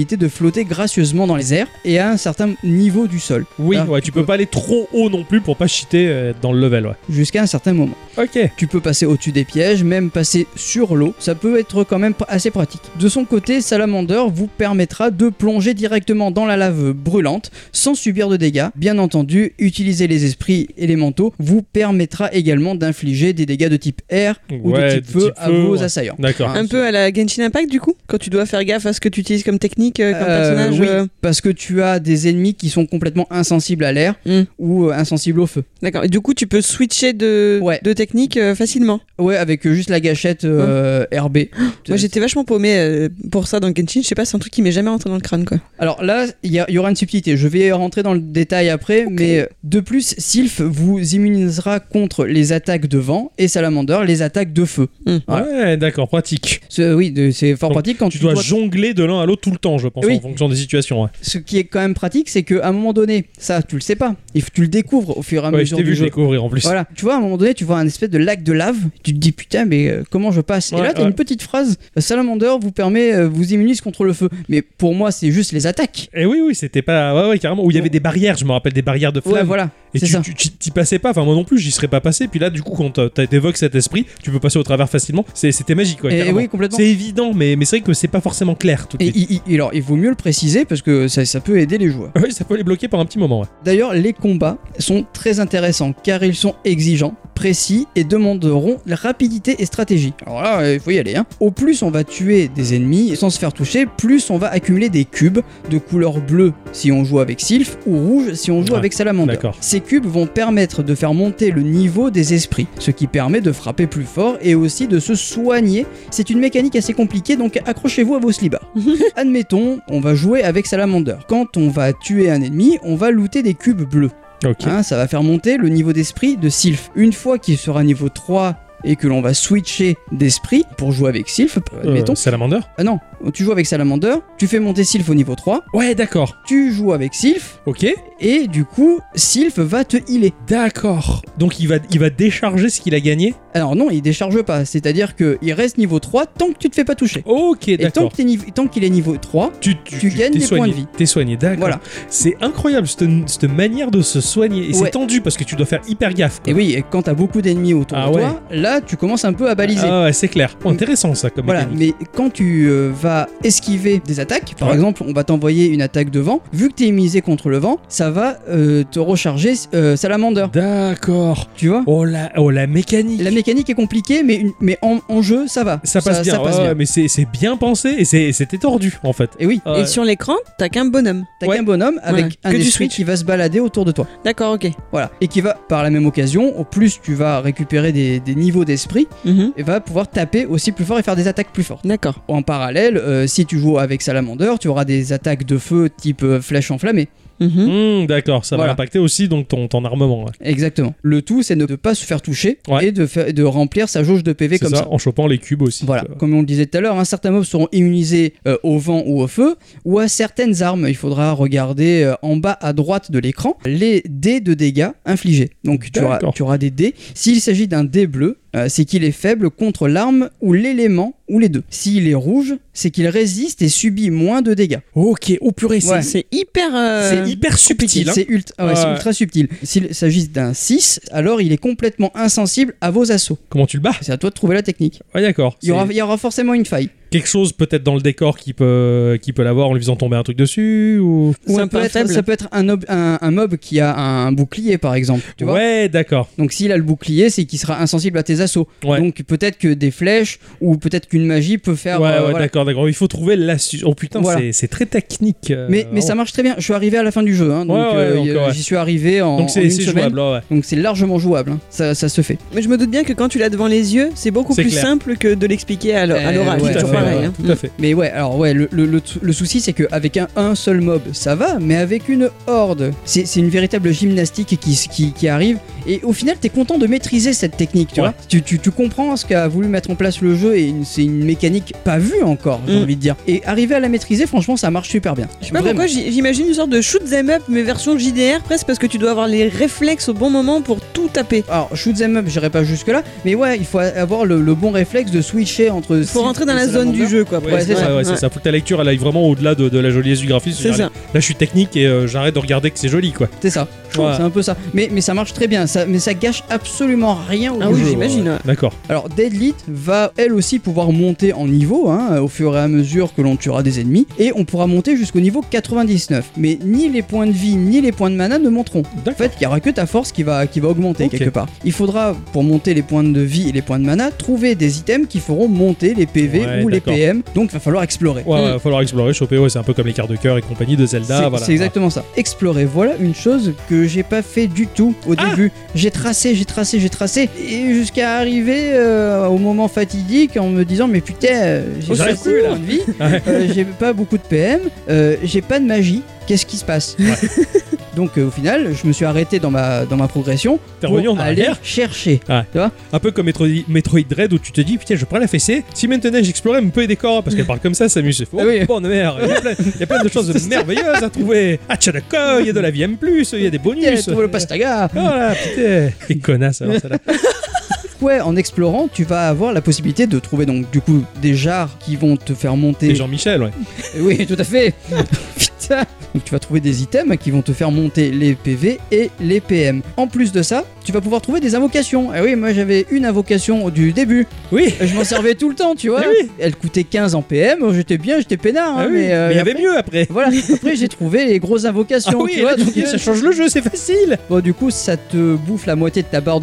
possibilité de flotter gracieusement dans les airs et à un certain niveau du sol. Oui, Là, ouais, tu peux pas aller trop haut non plus pour pas cheater dans le level, ouais. Jusqu'à un certain moment. Ok. Tu peux passer au-dessus des pièges, même passer sur l'eau, ça peut être quand même assez pratique. De son côté, Salamander vous permettra de plonger directement dans la lave brûlante sans subir de dégâts. Bien entendu, utiliser les esprits élémentaux vous permettra également d'infliger des dégâts de type air ou de type feu à vos assaillants. D'accord. Un peu à la Genshin Impact du coup, quand tu dois faire gaffe à ce que tu utilises comme technique, comme personnage. Oui, parce que tu as des ennemis qui sont complètement insensibles à l'air ou insensibles au feu. D'accord, et du coup tu peux switcher de technique facilement. Ouais, avec juste la gâchette RB. Moi j'étais vachement paumé pour ça dans Genshin, je sais pas, c'est un truc qui m'est jamais rentré dans le crâne quoi. Alors là, il y aura une subtilité, je vais rentrer dans le détail après, mais de plus, Sylph vous immunisera contre les attaques de vent et Salamander les attaques de feu. Voilà. Ouais, d'accord, pratique. Oui, c'est fort pratique quand tu dois jongler de l'un à l'autre tout le temps, je pense, en fonction des situations. Ouais. Ce qui est quand même pratique, c'est qu'à un moment donné, ça tu le sais pas, et tu le découvres au fur et à mesure du jeu. Je t'ai vu découvrir en plus. Voilà, tu vois, à un moment donné, tu vois un espèce de lac de lave, tu te dis putain, mais comment je passe? Et là, t'as une petite phrase, Salamander vous immunise contre le feu. Mais pour moi, c'est juste les attaques. Et oui, c'était pas. Ouais, carrément. Où il y avait des barrières, je me rappelle des barrières de flamme. Ouais, voilà. Et tu t'y passais pas, enfin moi non plus, j'y serais pas passé. Puis là, du coup, quand t'évoques cet esprit, tu peux passer au travers facilement. C'était magique, quoi. Et oui, complètement. C'est évident, mais c'est vrai que c'est pas forcément clair tout de suite. Alors, il vaut mieux le préciser parce que ça peut aider les joueurs. Oui, ça peut les bloquer pendant un petit moment, ouais. D'ailleurs, les combats sont très intéressants car ils sont exigeants, précis et demanderont rapidité et stratégie. Alors là, il faut y aller. Au plus on va tuer des ennemis sans se faire toucher, plus on va accumuler des cubes de couleur bleue si on joue avec Sylph ou rouge si on joue avec Salamander. Ces cubes vont permettre de faire monter le niveau des esprits, ce qui permet de frapper plus fort et aussi de se soigner. C'est une mécanique assez compliquée, donc accrochez-vous à vos slibards. Admettons, on va jouer avec Salamander. Quand on va tuer un ennemi, on va looter des cubes bleus. Ça va faire monter le niveau d'esprit de Sylph. Une fois qu'il sera niveau 3 et que l'on va switcher d'esprit pour jouer avec Sylph, admettons. Salamander ? Ah non, tu joues avec Salamander, tu fais monter Sylph au niveau 3. Ouais, d'accord. Tu joues avec Sylph. Ok. Et du coup, Sylph va te healer. D'accord. Donc il va décharger ce qu'il a gagné ? Alors non, il décharge pas. C'est-à-dire qu'il reste niveau 3 tant que tu te fais pas toucher. Ok, d'accord. Et tant qu'il est niveau 3, tu gagnes des points de vie. T'es soigné, d'accord. Voilà. C'est incroyable, cette manière de se soigner. Et c'est tendu parce que tu dois faire hyper gaffe, quoi. Et oui, et quand t'as beaucoup d'ennemis autour de toi, là, tu commences un peu à baliser. Ah ouais, c'est clair. Intéressant ça comme mécanique. Mais quand tu vas esquiver des attaques, par exemple, on va t'envoyer une attaque de vent, vu que t'es immunisé contre le vent, ça va te recharger Salamander. D'accord. Tu vois ? Oh la mécanique. La mécanique est compliquée, mais en jeu, ça va. Ça passe bien. Mais c'est bien pensé et c'était tordu en fait. Et oui. Et sur l'écran, t'as qu'un bonhomme. T'as qu'un bonhomme avec un esprit qui va se balader autour de toi. D'accord, ok. Voilà. Et qui va, par la même occasion, au plus tu vas récupérer des niveaux d'esprit, et va pouvoir taper aussi plus fort et faire des attaques plus fortes. D'accord. En parallèle, si tu joues avec Salamander, tu auras des attaques de feu type flèche enflammée. D'accord, ça va impacter aussi donc ton armement. Ouais. Exactement. Le tout, c'est de ne pas se faire toucher et de remplir sa jauge de PV comme ça. En chopant les cubes aussi. Voilà. Comme on le disait tout à l'heure, certains mobs seront immunisés au vent ou au feu ou à certaines armes. Il faudra regarder en bas à droite de l'écran les dés de dégâts infligés. Donc tu auras des dés. S'il s'agit d'un dé bleu, c'est qu'il est faible contre l'arme ou l'élément ou les deux. S'il est rouge, c'est qu'il résiste et subit moins de dégâts. Ok, oh purée, c'est hyper hyper subtil. C'est ultra subtil. S'il s'agit d'un 6, alors il est complètement insensible à vos assauts. Comment tu le bats ? C'est à toi de trouver la technique. Ouais, d'accord. Il y aura forcément une faille. Quelque chose peut-être dans le décor qui peut l'avoir en lui faisant tomber un truc dessus ou ça peut être un mob qui a un bouclier par exemple, tu vois. Ouais, d'accord. Donc s'il a le bouclier, c'est qu'il sera insensible à tes assauts. Ouais. Donc peut-être que des flèches ou peut-être qu'une magie peut faire voilà. D'accord. Il faut trouver l'astuce. Oh putain, c'est très technique. Mais ça marche très bien. Je suis arrivé à la fin du jeu donc j'y suis arrivé en donc c'est semaine. Jouable, Donc c'est largement jouable, ça se fait. Mais je me doute bien que quand tu l'as devant les yeux, c'est beaucoup plus simple que de l'expliquer à l'oral. Tout à fait. Mais le souci c'est qu'avec un seul mob ça va, mais avec une horde c'est une véritable gymnastique qui arrive et au final t'es content de maîtriser cette technique, tu vois. Tu comprends ce qu'a voulu mettre en place le jeu et c'est une mécanique pas vue encore, j'ai envie de dire. Et arriver à la maîtriser, franchement ça marche super bien. Je sais pas pourquoi j'imagine une sorte de shoot 'em up mais version JDR presque, parce que tu dois avoir les réflexes au bon moment pour tout taper. Alors shoot 'em up j'irai pas jusque là, mais ouais il faut avoir le bon réflexe de switcher entre. Faut rentrer dans la zone thème du jeu, quoi. Ouais, c'est ça. Faut que ta lecture elle aille vraiment au-delà de la joliesse du graphisme. C'est ça. Là, je suis technique et j'arrête de regarder que c'est joli, quoi. C'est ça. C'est un peu ça. Mais ça marche très bien. Mais ça gâche absolument rien au jeu. J'imagine. D'accord. Alors Deadlit va elle aussi pouvoir monter en niveau au fur et à mesure que l'on tuera des ennemis, et on pourra monter jusqu'au niveau 99. Mais ni les points de vie ni les points de mana ne monteront. En fait, il n'y aura que ta force qui va augmenter quelque part. Il faudra, pour monter les points de vie et les points de mana, trouver des items qui feront monter les PV ou les PM. Donc il va falloir explorer. Il va falloir explorer, choper. C'est un peu comme les cartes de cœur et compagnie de Zelda. C'est exactement ça. Explorer. Voilà une chose que j'ai pas fait du tout au début. J'ai tracé et jusqu'à arriver au moment fatidique en me disant mais putain, j'ai pas beaucoup de vie, j'ai pas beaucoup de PM, j'ai pas de magie. Qu'est-ce qui se passe? Donc au final, je me suis arrêté dans ma progression pour aller chercher. Tu vois, un peu comme Metroid Dread où tu te dis putain, je prends la fessée. Si maintenant j'explorais un peu les décors parce qu'elle parle comme ça m'amuse. Bonne mère, il y a plein de choses merveilleuses à trouver. Ah tiens d'accord, il y a de la vie en plus, il y a des bonus. Trouve le pastaga. Voilà, putain, quelle connasse alors celle-là. En explorant, tu vas avoir la possibilité de trouver donc du coup des jarres qui vont te faire monter. Et Jean-Michel, ouais. Oui, tout à fait. Putain. Donc tu vas trouver des items qui vont te faire monter les PV et les PM. En plus de ça, tu vas pouvoir trouver des invocations. Et oui, moi j'avais une invocation du début. Oui. Je m'en servais tout le temps, tu vois. Oui. Elle coûtait 15 en PM, j'étais peinard. Mais il y avait mieux après. Voilà. Après j'ai trouvé les grosses invocations. Tu vois, donc, ça change le jeu, c'est facile. Bon, du coup, ça te bouffe la moitié de ta barre de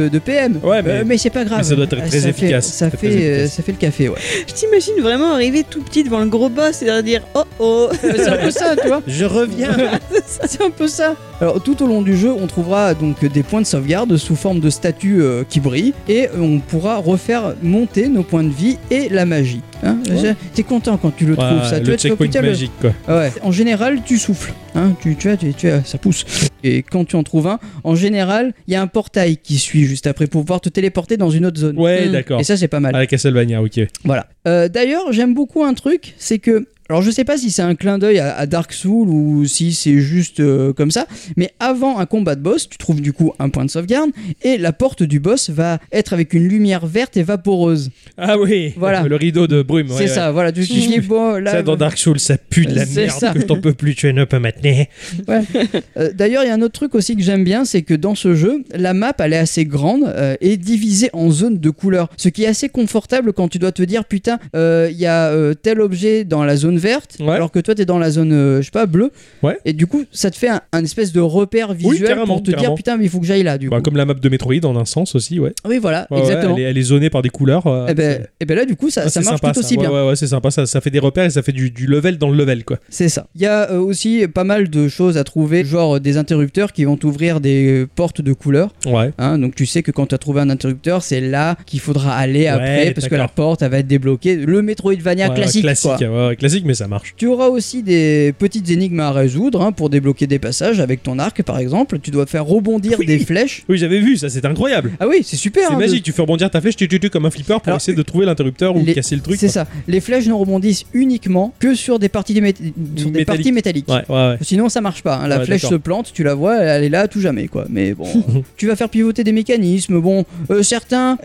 PM. Ouais, mais c'est pas grave. Mais ça doit être très efficace. Ça fait le café, ouais. Je t'imagine vraiment arriver tout petit devant le gros boss et dire oh. C'est un peu ça, tu vois. Je reviens. C'est un peu ça. Alors tout au long du jeu, on trouvera donc des points de sauvegarde sous forme de statues qui brillent et on pourra refaire monter nos points de vie et la magie. T'es content quand tu le trouves, ça. Le checkpoint magique, quoi. Ouais. En général, tu souffles. Tu as, ça pousse. Et quand tu en trouves un, en général, il y a un portail qui suit juste après pour pouvoir te téléporter dans une autre zone. Ouais, d'accord. Et ça, c'est pas mal. À la Castlevania, ok. Voilà. D'ailleurs, j'aime beaucoup un truc, c'est que alors je sais pas si c'est un clin d'œil à Dark Souls ou si c'est juste comme ça, mais avant un combat de boss, tu trouves du coup un point de sauvegarde et la porte du boss va être avec une lumière verte et vaporeuse. Ah oui, voilà. Le rideau de brume. C'est ça, voilà. Tu dis bon là. Ça dans Dark Souls, ça pue de la merde ça. Que t'en peux plus, tu es un peu maintenant. Ouais. D'ailleurs, il y a un autre truc aussi que j'aime bien, c'est que dans ce jeu, la map elle est assez grande et divisée en zones de couleurs, ce qui est assez confortable quand tu dois te dire putain, il y a tel objet dans la zone verte, alors que toi t'es dans la zone je sais pas bleue, et du coup ça te fait un espèce de repère visuel pour te dire putain mais il faut que j'aille là du coup. Comme la map de Metroid en un sens aussi, ouais. Oui voilà, exactement. Elle est zonée par des couleurs. Et ben là du coup ça marche sympa, tout aussi bien. Ouais, c'est sympa, ça fait des repères et ça fait du level dans le level quoi. C'est ça. Il y a aussi pas mal de choses à trouver, genre des interrupteurs qui vont t'ouvrir des portes de couleurs. Ouais. Donc tu sais que quand tu as trouvé un interrupteur, c'est là qu'il faudra aller après parce que la porte elle va être débloquée. Le Metroidvania classique quoi. Classique mais ça marche. Tu auras aussi des petites énigmes à résoudre pour débloquer des passages avec ton arc par exemple. Tu dois faire rebondir des flèches. Oui, j'avais vu ça, c'est incroyable. Ah oui, c'est super. C'est magique, tu fais rebondir ta flèche comme un flipper pour essayer de trouver l'interrupteur ou casser le truc. C'est ça. Les flèches ne rebondissent uniquement que sur des parties parties métalliques. Ouais. Sinon ça marche pas. La flèche se plante, tu la vois, elle est là à tout jamais quoi. Mais bon, tu vas faire pivoter des mécanismes. Bon, certains,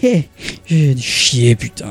j'ai chié putain.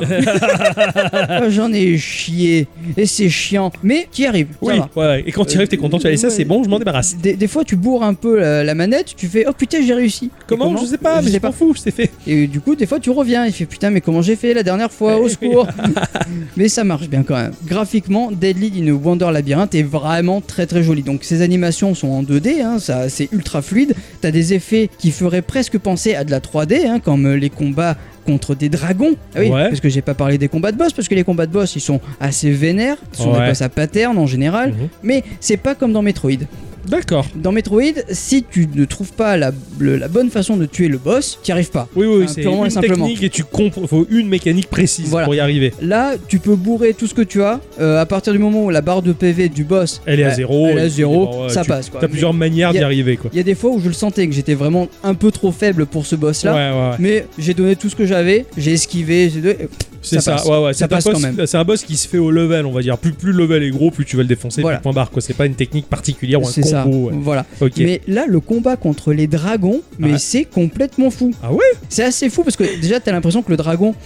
J'en ai chié et c'est chiant. Mais tu y arrives. Oui. Et quand tu y arrives, t'es content. Tu as ça, c'est bon, je m'en débarrasse. Des fois, tu bourres un peu la manette. Tu fais oh putain, j'ai réussi. Comment je sais pas, mais c'est pas fou, c'est fait. Et du coup, des fois, tu reviens. Il fait putain, mais comment j'ai fait la dernière fois, au secours. Mais ça marche bien quand même. Graphiquement, Deadly in Wonder Labyrinth est vraiment très très joli. Donc ces animations sont en 2D, ça c'est ultra fluide. T'as des effets qui feraient presque penser à de la 3D, comme les combats contre des dragons. Ah oui, parce que j'ai pas parlé des combats de boss, parce que les combats de boss ils sont assez vénères, ce sont des boss à pattern en général, mais c'est pas comme dans Metroid. D'accord. Dans Metroid, si tu ne trouves pas la bonne façon de tuer le boss, tu n'y arrives pas. Oui, c'est une technique et tu comprends. Faut une mécanique précise pour y arriver. Là, tu peux bourrer tout ce que tu as. À partir du moment où la barre de PV du boss, elle est à zéro. Ça passe. T'as plusieurs manières d'y arriver. Il y a des fois où je le sentais que j'étais vraiment un peu trop faible pour ce boss-là. Mais j'ai donné tout ce que j'avais. J'ai esquivé. C'est ça, passe. ouais, Ça passe quand même. C'est un boss qui se fait au level, on va dire. Plus le level est gros, plus tu vas le défoncer, Voilà. plus point barre, quoi. C'est pas une technique particulière ou un C'est ça, combo. Ouais. voilà. Ok. Mais là, le combat contre les dragons, mais Ouais. c'est complètement fou. Ah ouais? C'est assez fou parce que déjà, t'as l'impression que le dragon,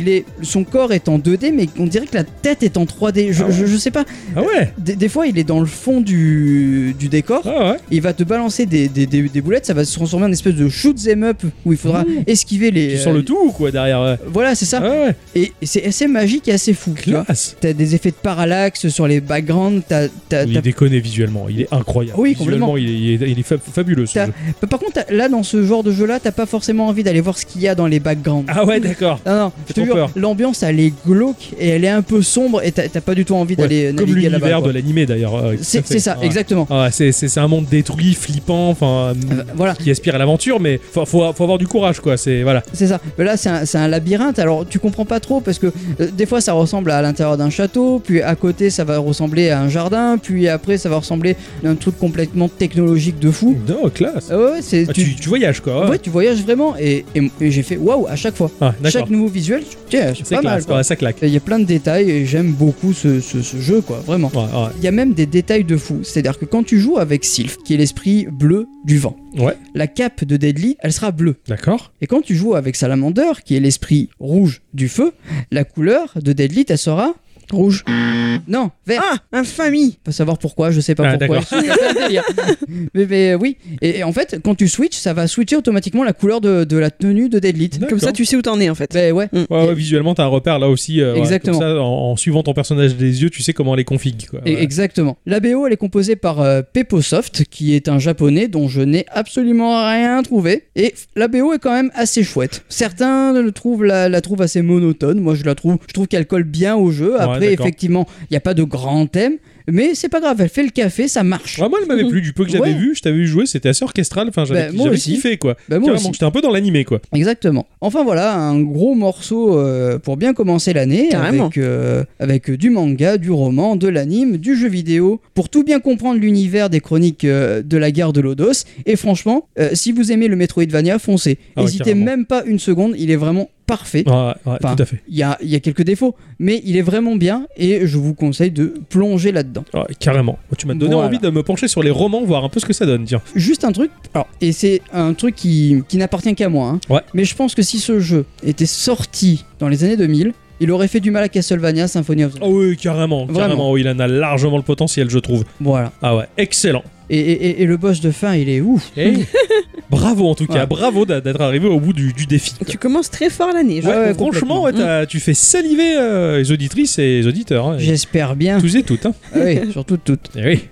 son corps est en 2D, mais on dirait que la tête est en 3D. Je sais pas. Ah ouais? Des fois, il est dans le fond du décor. Ah ouais? Il va te balancer des boulettes, ça va se transformer en une espèce de shoot 'em up où il faudra esquiver les. Tu sens le tout ou quoi derrière? Ouais. Voilà, c'est ça. Ouais. Et c'est assez magique et assez fou. Tu vois. Classe. T'as des effets de parallaxe sur les backgrounds. Il est déconné visuellement, il est incroyable. Oui, visuellement, complètement. il est fabuleux ce T'as- jeu. Par contre, là, dans ce genre de jeu-là, t'as pas forcément envie d'aller voir ce qu'il y a dans les backgrounds. Ah ouais, d'accord. Non, je te trop jure, peur. l'ambiance elle est glauque et elle est un peu sombre et t'as pas du tout envie d'aller Comme naviguer là-bas. l'univers quoi. de l'animé d'ailleurs. tout à C'est fait. ça, Ouais. exactement. Ah, c'est un monde détruit, flippant, enfin, Voilà, qui aspire à l'aventure, mais faut avoir du courage, quoi. C'est voilà. c'est ça. Mais là, c'est un labyrinthe. Alors, tu comprends pas trop parce que des fois, ça ressemble à l'intérieur d'un château, puis à côté, ça va ressembler à un jardin, puis après, ça va ressembler à un truc complètement technologique de fou. Non, classe. Ouais, c'est. Ah, tu voyages quoi. Ouais. Ouais, tu voyages vraiment et j'ai fait waouh à chaque fois. Ah, d'accord. Chaque nouveau visuel, tiens, c'est C'est pas mal. classe. quoi. Ouais, ça claque. Il y a plein de détails et j'aime beaucoup ce jeu, quoi, vraiment. Ouais. Il y a même des détails de fou. C'est-à-dire que quand tu joues avec Sylph, qui est l'esprit bleu du vent, Ouais. la cape de Deadly, elle sera bleue. D'accord. Et quand tu joues avec Salamander, qui est l'esprit rouge du feu, la couleur de Deadly, elle sera Rouge. non, vert. Ah, infamie. Faut savoir pourquoi, je sais pas Ah, pourquoi. d'accord. C'est pas le délire. mais oui. Et en fait, quand tu switches, ça va switcher automatiquement la couleur de la tenue de Deadly. D'accord. Comme ça, tu sais où t'en es en fait. Ben ouais. Ouais, visuellement, t'as un repère là aussi. Ouais, Exactement. comme ça, en suivant ton personnage des yeux, tu sais comment les config. Quoi. Ouais. Exactement. La BO, elle est composée par Peposoft, qui est un japonais dont je n'ai absolument rien trouvé. Et la BO est quand même assez chouette. Certains la trouvent assez monotone. Moi, je trouve qu'elle colle bien au jeu. Après, d'accord. effectivement, il n'y a pas de grand thème. Mais c'est pas grave, elle fait le café, ça marche. Ouais, moi, elle m'avait plu du peu que j'avais Ouais. vu. Je t'avais vu jouer, c'était assez orchestral. Enfin, j'avais moi aussi. kiffé quoi. Bah, moi Carrément, aussi. j'étais un peu dans l'animé quoi. Exactement. Enfin voilà, un gros morceau pour bien commencer l'année Carrément. avec du manga, du roman, de l'anime, du jeu vidéo, pour tout bien comprendre l'univers des chroniques de la guerre de Lodos. Et franchement, si vous aimez le Metroidvania, foncez. Ah ouais, N'hésitez carrément. même pas une seconde, il est vraiment parfait. Ouais, Enfin, tout à fait. Il y a quelques défauts, mais il est vraiment bien et je vous conseille de plonger là-dedans. Ouais, carrément. Tu m'as donné Voilà. envie de me pencher sur les romans, voir un peu ce que ça donne. Tiens. Juste un truc, alors, et c'est un truc qui n'appartient qu'à moi, hein, Ouais. mais je pense que si ce jeu était sorti dans les années 2000, il aurait fait du mal à Castlevania Symphony of the Night. Oh oui, carrément. Vraiment. Carrément. Oui, il en a largement le potentiel, je trouve. Voilà. Ah ouais, excellent. Et le boss de fin, il est ouf. Et bravo en tout cas, Ouais. bravo d'être arrivé au bout du défi. quoi. Tu commences très fort l'année. je Ouais, trouve. franchement, ouais, tu fais saliver les auditrices et les auditeurs. Hein, et J'espère bien. tous et toutes. Hein. Ah oui, surtout toutes. Eh oui.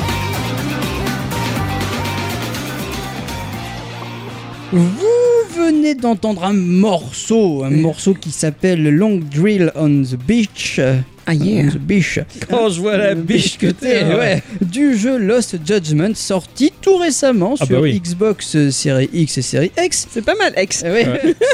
Vous venez d'entendre un morceau qui s'appelle Long Drill on the Beach. Ah yeah. On the Beach. Quand je vois la biche que t'es, ouais. Du jeu Lost Judgment, sorti tout récemment sur Xbox Series X et Series X. C'est pas mal, X. Ouais.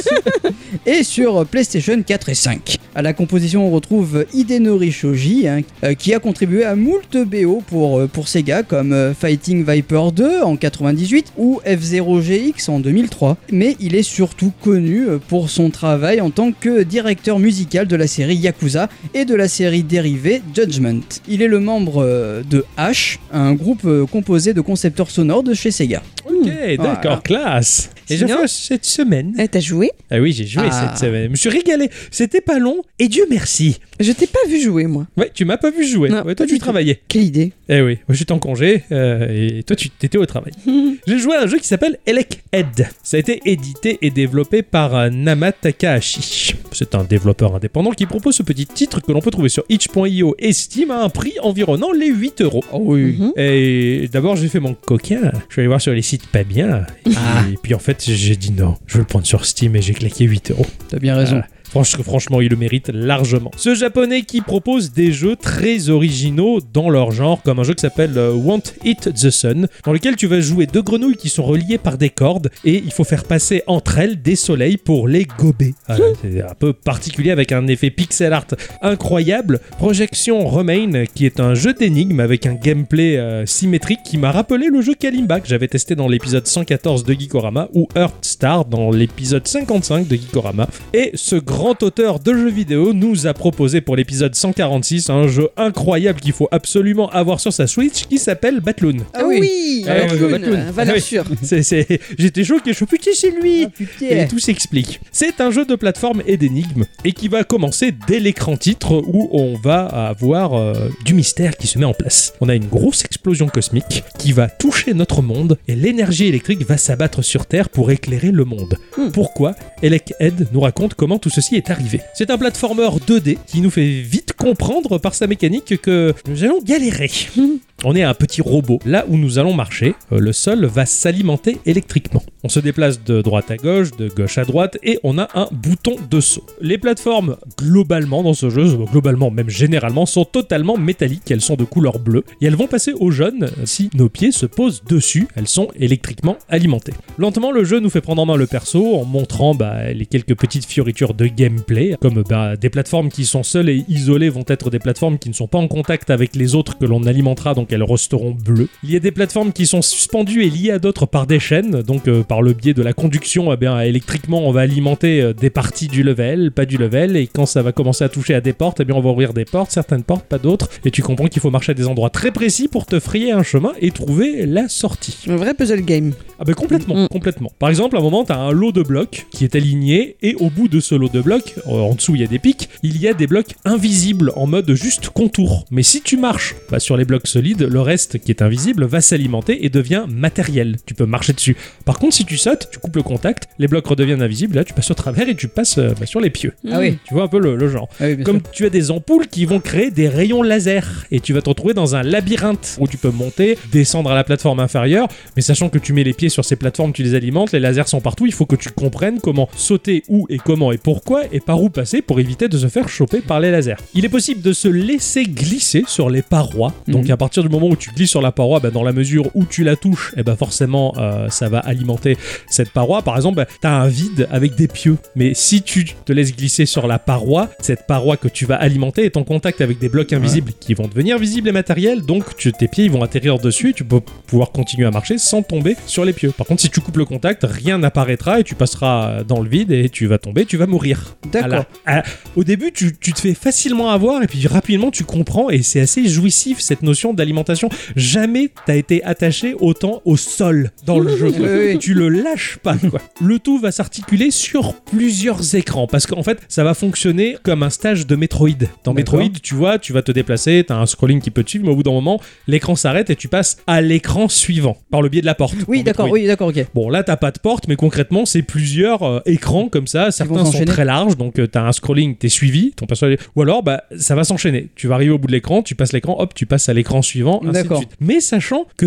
Et sur PlayStation 4 et 5. À la composition, on retrouve Hidenori Shoji, qui a contribué à moult BO pour Sega, comme Fighting Viper 2 en 98 ou F-Zero GX en 2003. Mais il est surtout connu pour son travail en tant que directeur musical de la série Yakuza et de la série dérivée Judgment. Il est le membre de H, un groupe composé de concepteurs sonores de chez Sega. Ok, d'accord, classe. Et j'ai fait cette semaine. T'as joué ? Ah oui, j'ai joué cette semaine. Je me suis régalé. C'était pas long et Dieu merci. Je t'ai pas vu jouer, moi. Ouais, tu m'as pas vu jouer. Non, ouais, toi, tu travaillais. Quelle idée. Eh oui, moi j'étais en congé et toi tu t'étais au travail. J'ai joué à un jeu qui s'appelle Elec Head. Ça a été édité et développé par Nama Takahashi. C'est un développeur indépendant qui propose ce petit titre que l'on peut trouver sur itch.io et Steam à un prix environnant les 8 €. Oh oui. Et d'abord j'ai fait mon coquin. Je suis allé voir sur les sites pas bien. Et puis en fait j'ai dit non, je vais le prendre sur Steam et j'ai claqué 8 €. T'as bien raison. Franchement, il le mérite largement. Ce japonais qui propose des jeux très originaux dans leur genre, comme un jeu qui s'appelle Want It the Sun, dans lequel tu vas jouer 2 grenouilles qui sont reliées par des cordes et il faut faire passer entre elles des soleils pour les gober. C'est un peu particulier avec un effet pixel art incroyable. Projection Remain, qui est un jeu d'énigmes avec un gameplay symétrique qui m'a rappelé le jeu Kalimba que j'avais testé dans l'épisode 114 de Geekorama ou Earth Star dans l'épisode 55 de Geekorama. Et ce grand auteur de jeux vidéo nous a proposé pour l'épisode 146 un jeu incroyable qu'il faut absolument avoir sur sa Switch qui s'appelle Batloon. Ah oui, valeur sûre. J'étais choqué, putain c'est lui. Putain. Et tout s'explique. C'est un jeu de plateforme et d'énigmes et qui va commencer dès l'écran titre où on va avoir du mystère qui se met en place. On a une grosse explosion cosmique qui va toucher notre monde et l'énergie électrique va s'abattre sur Terre pour éclairer le monde. Pourquoi ? Elec Head nous raconte comment tout ceci est arrivé. C'est un platformer 2D qui nous fait vite comprendre par sa mécanique que nous allons galérer. On est un petit robot. Là où nous allons marcher, le sol va s'alimenter électriquement. On se déplace de droite à gauche, de gauche à droite, et on a un bouton de saut. Les plateformes, globalement dans ce jeu, globalement même généralement, sont totalement métalliques. Elles sont de couleur bleue, et elles vont passer au jaune si nos pieds se posent dessus. Elles sont électriquement alimentées. Lentement, le jeu nous fait prendre en main le perso en montrant les quelques petites fioritures de gameplay, comme des plateformes qui sont seules et isolées vont être des plateformes qui ne sont pas en contact avec les autres que l'on alimentera, donc elles resteront bleues. Il y a des plateformes qui sont suspendues et liées à d'autres par des chaînes, donc par le biais de la conduction, électriquement on va alimenter des parties du level, pas du level, et quand ça va commencer à toucher à des portes, on va ouvrir des portes, certaines portes, pas d'autres, et tu comprends qu'il faut marcher à des endroits très précis pour te frayer un chemin et trouver la sortie. Un vrai puzzle game. Complètement. Par exemple, à un moment, tu as un lot de blocs qui est aligné, et au bout de ce lot de blocs, en dessous il y a des pics, il y a des blocs invisibles en mode juste contour. Mais si tu marches sur les blocs solides, le reste qui est invisible va s'alimenter et devient matériel. Tu peux marcher dessus. Par contre, si tu sautes, tu coupes le contact, les blocs redeviennent invisibles, là tu passes au travers et tu passes sur les pieux. Ah oui. Tu vois un peu le genre. Ah oui, comme sûr. tu as des ampoules qui vont créer des rayons laser et tu vas te retrouver dans un labyrinthe où tu peux monter, descendre à la plateforme inférieure, mais sachant que tu mets les pieds sur ces plateformes, tu les alimentes, les lasers sont partout, il faut que tu comprennes comment sauter, où et comment et pourquoi et par où passer pour éviter de se faire choper par les lasers. Il est possible de se laisser glisser sur les parois, donc à partir du moment où tu glisses sur la paroi, dans la mesure où tu la touches, forcément ça va alimenter cette paroi. Par exemple, t'as un vide avec des pieux, mais si tu te laisses glisser sur la paroi, cette paroi que tu vas alimenter est en contact avec des blocs invisibles qui vont devenir visibles et matériels, donc tes pieds ils vont atterrir dessus et tu peux pouvoir continuer à marcher sans tomber sur les pieux. Par contre, si tu coupes le contact, rien n'apparaîtra et tu passeras dans le vide et tu vas tomber, tu vas mourir. D'accord. Au début, tu te fais facilement avoir et puis rapidement tu comprends et c'est assez jouissif cette notion d'alimentation. Jamais t'as été attaché autant au sol dans le jeu. Oui. Tu le lâches pas, quoi. Le tout va s'articuler sur plusieurs écrans parce qu'en fait, ça va fonctionner comme un stage de Metroid. Dans Metroid, tu vois, tu vas te déplacer, t'as un scrolling qui peut te suivre, mais au bout d'un moment, l'écran s'arrête et tu passes à l'écran suivant par le biais de la porte. Oui, d'accord, ok. Bon, là, t'as pas de porte, mais concrètement, c'est plusieurs écrans comme ça. Certains sont très larges, donc t'as un scrolling, t'es suivi, ton personnage, ou alors, ça va s'enchaîner. Tu vas arriver au bout de l'écran, tu passes l'écran, hop, tu passes à l'écran suivant, ainsi de suite. Mais sachant que tous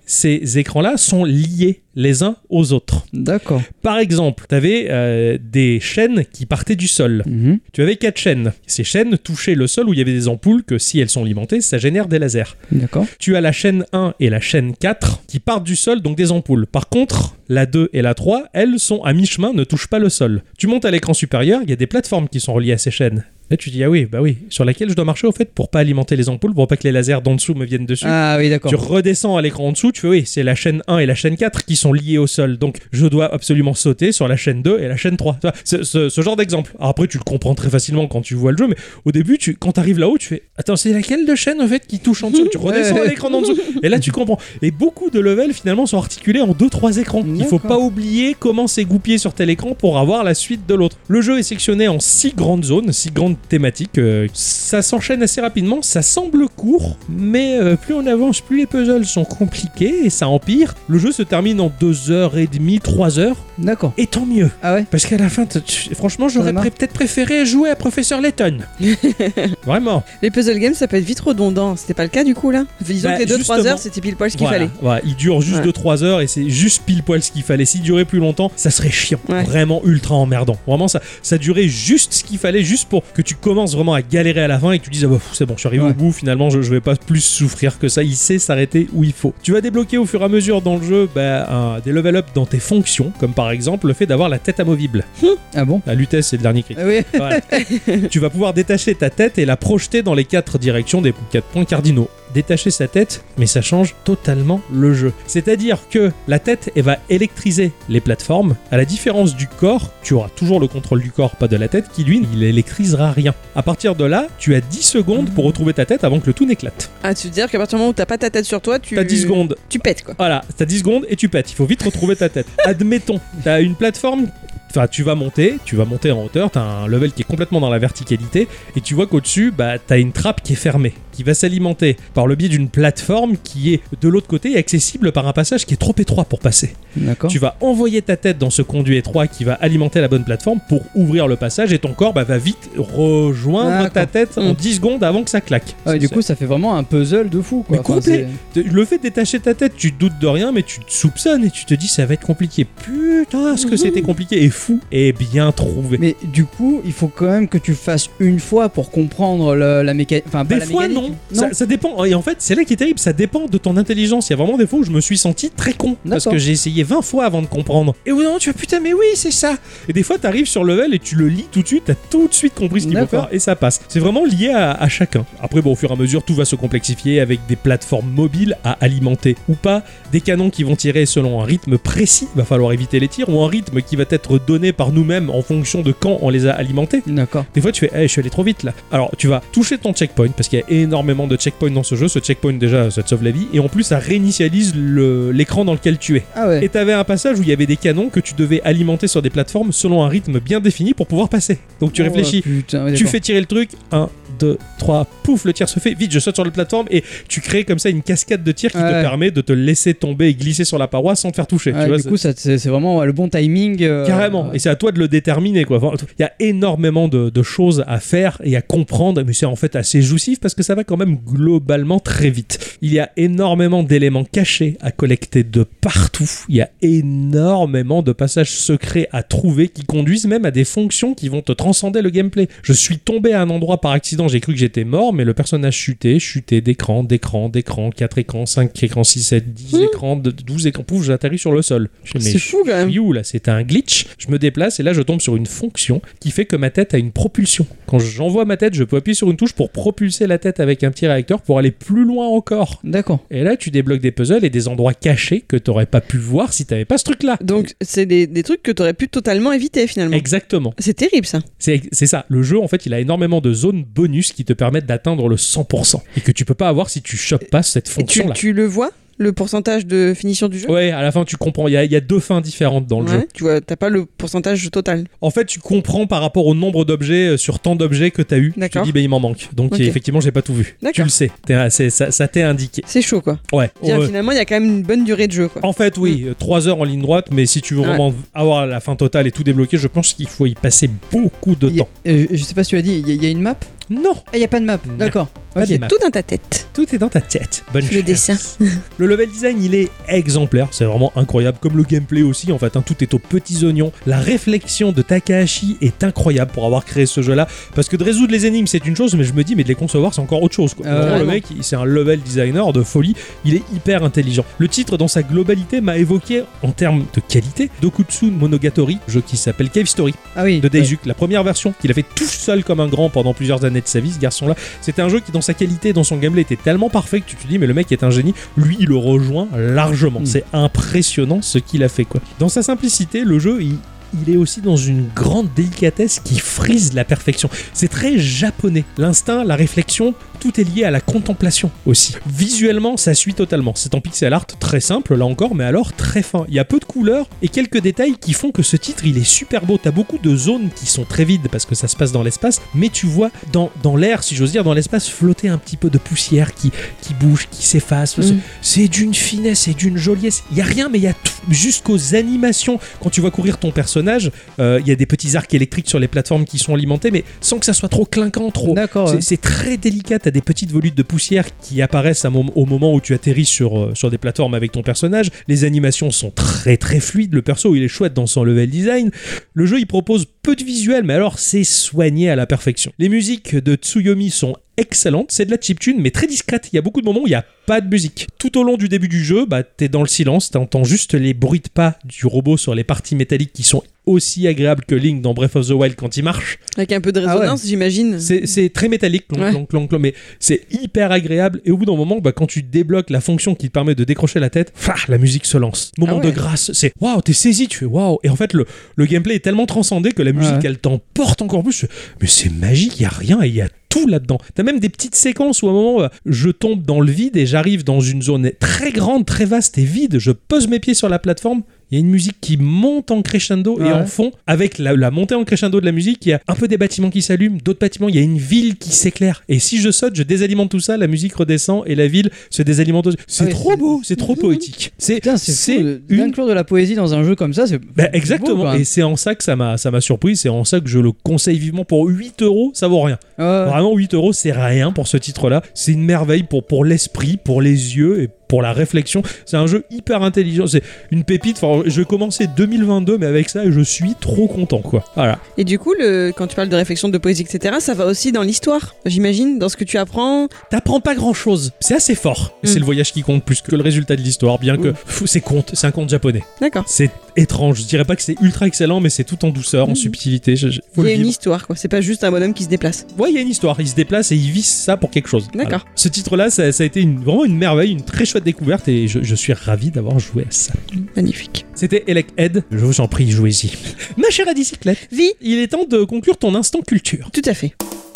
ces écrans-là sont liés les uns aux autres. D'accord. Par exemple, tu avais des chaînes qui partaient du sol. Tu avais 4 chaînes. Ces chaînes touchaient le sol où il y avait des ampoules que si elles sont alimentées, ça génère des lasers. D'accord. Tu as la chaîne 1 et la chaîne 4 qui partent du sol, donc des ampoules. Par contre, la 2 et la 3, elles sont à mi-chemin, ne touchent pas le sol. Tu montes à l'écran supérieur, il y a des plateformes qui sont reliées à ces chaînes. Là, tu dis, ah oui, bah oui, sur laquelle je dois marcher au fait pour pas alimenter les ampoules, pour pas que les lasers d'en dessous me viennent dessus. Ah oui, d'accord. Tu redescends à l'écran en dessous, tu fais, oui, c'est la chaîne 1 et la chaîne 4 qui sont liées au sol. Donc, je dois absolument sauter sur la chaîne 2 et la chaîne 3. Ce genre d'exemple. Alors après, tu le comprends très facilement quand tu vois le jeu, mais au début, quand tu arrives là-haut, tu fais, attends, c'est laquelle de chaîne, en fait, qui touche en dessous? Tu redescends à l'écran en dessous. Et là, tu comprends. Et beaucoup de levels, finalement, sont articulés en 2-3 écrans. Il faut pas oublier comment c'est goupillé sur tel écran pour avoir la suite de l'autre. Le jeu est sectionné en 6 grandes zones, 6 grandes thématiques. Ça s'enchaîne assez rapidement, ça semble court, mais plus on avance, plus les puzzles sont compliqués et ça empire. Le jeu se termine en 2h30, 3h. D'accord. Et tant mieux. Ah ouais. Parce qu'à la fin, franchement, j'aurais peut-être préféré jouer à Professeur Layton. Vraiment. Les puzzle games, ça peut être vite redondant. C'était pas le cas du coup là? Disons que les 2-3 heures, c'était pile poil ce qu'il fallait. Voilà, il dure juste 2-3 heures et c'est juste pile poil ce qu'il fallait. S'il durait plus longtemps, ça serait chiant. Vraiment ultra emmerdant. Vraiment, ça durait juste ce qu'il fallait, juste pour que tu commences vraiment à galérer à la fin et que tu dises, ah bah, c'est bon, je suis arrivé au bout, finalement, je vais pas plus souffrir que ça. Il sait s'arrêter où il faut. Tu vas débloquer au fur et à mesure dans le jeu des level up dans tes fonctions, comme par exemple le fait d'avoir la tête amovible. Ah bon? La Lutèce, c'est le dernier cri. Ah oui. Voilà. Tu vas pouvoir détacher ta tête et la projeter dans les 4 directions des 4 points cardinaux. Détacher sa tête, mais ça change totalement le jeu. C'est-à-dire que la tête, elle va électriser les plateformes. À la différence du corps, tu auras toujours le contrôle du corps, pas de la tête, qui lui, il électrisera rien. À partir de là, tu as 10 secondes pour retrouver ta tête avant que le tout n'éclate. Ah, tu veux dire qu'à partir du moment où t'as pas ta tête sur toi, t'as 10 secondes. Tu pètes quoi. Voilà, t'as 10 secondes et tu pètes. Il faut vite retrouver ta tête. Admettons, t'as une plateforme. Enfin, tu vas monter en hauteur, t'as un level qui est complètement dans la verticalité, et tu vois qu'au-dessus, t'as une trappe qui est fermée, qui va s'alimenter par le biais d'une plateforme qui est de l'autre côté et accessible par un passage qui est trop étroit pour passer. D'accord. Tu vas envoyer ta tête dans ce conduit étroit qui va alimenter la bonne plateforme pour ouvrir le passage, et ton corps va vite rejoindre ta tête en 10 secondes avant que ça claque. Ah, du coup, ça fait vraiment un puzzle de fou, quoi. Mais complet. Le fait de détacher ta tête, tu te doutes de rien, mais tu te soupçonnes et tu te dis ça va être compliqué. Putain, ce que c'était compliqué et fou et bien trouvé. Mais du coup, il faut quand même que tu le fasses une fois pour comprendre la mécanique. Enfin, des fois, non. Ça dépend. Et en fait, c'est là qui est terrible. Ça dépend de ton intelligence. Il y a vraiment des fois où je me suis senti très con. Parce que j'ai essayé 20 fois avant de comprendre. Et au moment tu vas putain, mais oui, c'est ça. Et des fois, t'arrives sur le level et tu le lis tout de suite. T'as tout de suite compris ce qu'il faut faire et ça passe. C'est vraiment lié à chacun. Après, au fur et à mesure, tout va se complexifier avec des plateformes mobiles à alimenter ou pas. Des canons qui vont tirer selon un rythme précis. Il va falloir éviter les tirs, ou un rythme qui va être donné par nous-mêmes en fonction de quand on les a alimentés. D'accord. Des fois, tu fais, je suis allé trop vite là. Alors, tu vas toucher ton checkpoint parce qu'il y a énormément de checkpoints dans ce jeu. Ce checkpoint, déjà, ça te sauve la vie. Et en plus, ça réinitialise l'écran dans lequel tu es. Ah ouais. Et t'avais un passage où il y avait des canons que tu devais alimenter sur des plateformes selon un rythme bien défini pour pouvoir passer. Donc, tu réfléchis. Putain, tu fais tirer le truc. 1, 2, 3, pouf, le tir se fait. Vite, je saute sur la plateforme et tu crées comme ça une cascade de tirs qui te permet de te laisser tomber et glisser sur la paroi sans te faire toucher. Tu vois, du coup, c'est vraiment le bon timing. Carrément. Et c'est à toi de le déterminer, quoi. Enfin, il y a énormément de choses à faire et à comprendre, mais c'est en fait assez jouissif parce que ça va quand même globalement très vite. Il y a énormément d'éléments cachés à collecter de partout. Il y a énormément de passages secrets à trouver qui conduisent même à des fonctions qui vont te transcender le gameplay. Je suis tombé à un endroit par accident, j'ai cru que j'étais mort, mais le personnage chutait d'écran, 4 écrans, 5 écans, 6, 7, 10 écrans, 12 écrans, pouf, j'atterris sur le sol. C'est fou quand même. Où là, c'était un glitch. Je me déplace et là je tombe sur une fonction qui fait que ma tête a une propulsion. Quand j'envoie ma tête, je peux appuyer sur une touche pour propulser la tête avec un petit réacteur pour aller plus loin encore. D'accord. Et là tu débloques des puzzles et des endroits cachés que t'aurais pas pu voir si t'avais pas ce truc là. Donc c'est des trucs que t'aurais pu totalement éviter finalement. Exactement. C'est terrible ça. C'est ça. Le jeu en fait il a énormément de zones bonus qui te permettent d'atteindre le 100% et que tu peux pas avoir si tu chopes pas cette fonction là. Tu le vois ? Le pourcentage de finition du jeu ? Ouais, à la fin tu comprends, il y a 2 fins différentes dans le jeu. Tu vois, t'as pas le pourcentage total. En fait, tu comprends par rapport au nombre d'objets sur tant d'objets que t'as eu. D'accord. Tu te dis, il m'en manque. Donc effectivement, j'ai pas tout vu. D'accord. Tu le sais, ça t'est indiqué. C'est chaud quoi. Ouais. Finalement, il y a quand même une bonne durée de jeu quoi. En fait, oui, 3 heures en ligne droite, mais si tu veux vraiment avoir la fin totale et tout débloquer, je pense qu'il faut y passer beaucoup de temps. Je sais pas si tu as dit, il y a une map ? Non, Il n'y a pas de map, Non. d'accord. Pas Ok. de map. Tout dans ta tête. Tout est dans ta tête. Bonne Le chance. dessin. Le level design, il est exemplaire, c'est vraiment incroyable, comme le gameplay aussi, en fait, hein, tout est aux petits oignons. La réflexion de Takahashi est incroyable pour avoir créé ce jeu-là, parce que de résoudre les énigmes, c'est une chose, mais je me dis, mais de les concevoir, c'est encore autre chose, quoi. Vraiment, le vraiment. mec, c'est un level designer de folie, il est hyper intelligent. Le titre, dans sa globalité, m'a évoqué, en termes de qualité, Dokutsu Monogatari, jeu qui s'appelle Cave Story, Ah oui. de Daisuke, la première version qu'il a fait tout seul comme un grand pendant plusieurs années de sa vie, ce garçon-là. C'était un jeu qui, dans sa qualité, dans son gameplay, était tellement parfait que tu te dis, mais le mec est un génie. Lui, il le rejoint largement. C'est impressionnant ce qu'il a fait, quoi. Dans sa simplicité, le jeu, il est aussi dans une grande délicatesse qui frise la perfection. C'est très japonais. L'instinct, la réflexion, tout est lié à la contemplation aussi. Visuellement, ça suit totalement. C'est en pixel art très simple, là encore, mais alors très fin. Il y a peu de couleurs et quelques détails qui font que ce titre, il est super beau. T'as beaucoup de zones qui sont très vides parce que ça se passe dans l'espace, mais tu vois dans l'air, si j'ose dire, dans l'espace, flotter un petit peu de poussière qui bouge, qui s'efface. C'est d'une finesse et d'une joliesse. Il y a rien, mais il y a tout, jusqu'aux animations. Quand tu vois courir ton personnage, il y a des petits arcs électriques sur les plateformes qui sont alimentés, mais sans que ça soit trop clinquant, trop. D'accord. C'est très délicat. T'as des petites volutes de poussière qui apparaissent au moment où tu atterris sur des plateformes avec ton personnage. Les animations sont très très fluides. Le perso, il est chouette dans son level design. Le jeu, il propose peu de visuel, mais alors c'est soigné à la perfection. Les musiques de Tsuyomi sont excellente, c'est de la chiptune mais très discrète, il y a beaucoup de moments où il n'y a pas de musique. Tout au long du début du jeu, t'es dans le silence, t'entends juste les bruits de pas du robot sur les parties métalliques qui sont aussi agréables que Link dans Breath of the Wild quand il marche. Avec un peu de résonance, j'imagine. C'est très métallique, mais c'est hyper agréable et au bout d'un moment, quand tu débloques la fonction qui te permet de décrocher la tête, la musique se lance. Moment de grâce, c'est waouh, t'es saisi, tu fais waouh. Et en fait, le gameplay est tellement transcendé que la musique, elle t'emporte encore plus. Mais c'est magique, il y a rien et il y a tout là-dedans. T'as même des petites séquences où à un moment, je tombe dans le vide et j'arrive dans une zone très grande, très vaste et vide. Je pose mes pieds sur la plateforme. Il y a une musique qui monte en crescendo et en fond, avec la montée en crescendo de la musique, il y a un peu des bâtiments qui s'allument, d'autres bâtiments, il y a une ville qui s'éclaire. Et si je saute, je désalimente tout ça, la musique redescend et la ville se désalimente aussi. C'est trop beau, c'est trop poétique. C'est d'inclure de la poésie dans un jeu comme ça, c'est exactement. beau, et c'est en ça que ça m'a surpris, c'est en ça que je le conseille vivement. Pour 8€, ça vaut rien. Vraiment, 8€, c'est rien pour ce titre-là. C'est une merveille pour l'esprit, pour les yeux et pour la réflexion. C'est un jeu hyper intelligent. C'est une pépite. Enfin, je vais commencer 2022, mais avec ça, je suis trop content, quoi. Voilà. Et du coup, quand tu parles de réflexion, de poésie, etc., ça va aussi dans l'histoire, j'imagine, dans ce que tu apprends. T'apprends pas grand-chose. C'est assez fort. C'est le voyage qui compte plus que le résultat de l'histoire, bien que c'est un conte japonais. D'accord. C'est étrange. Je dirais pas que c'est ultra excellent, mais c'est tout en douceur, en subtilité. Il y a une histoire, quoi. C'est pas juste un bonhomme qui se déplace. Ouais, il y a une histoire. Il se déplace et il vise ça pour quelque chose. D'accord. Voilà. Ce titre-là, ça a été vraiment une merveille, une très chouette découverte et je suis ravi d'avoir joué à ça. Magnifique. C'était Elec Head. Je vous en prie, jouez-y. Ma chère Adicyclette, il est temps de conclure ton instant culture. Tout à fait.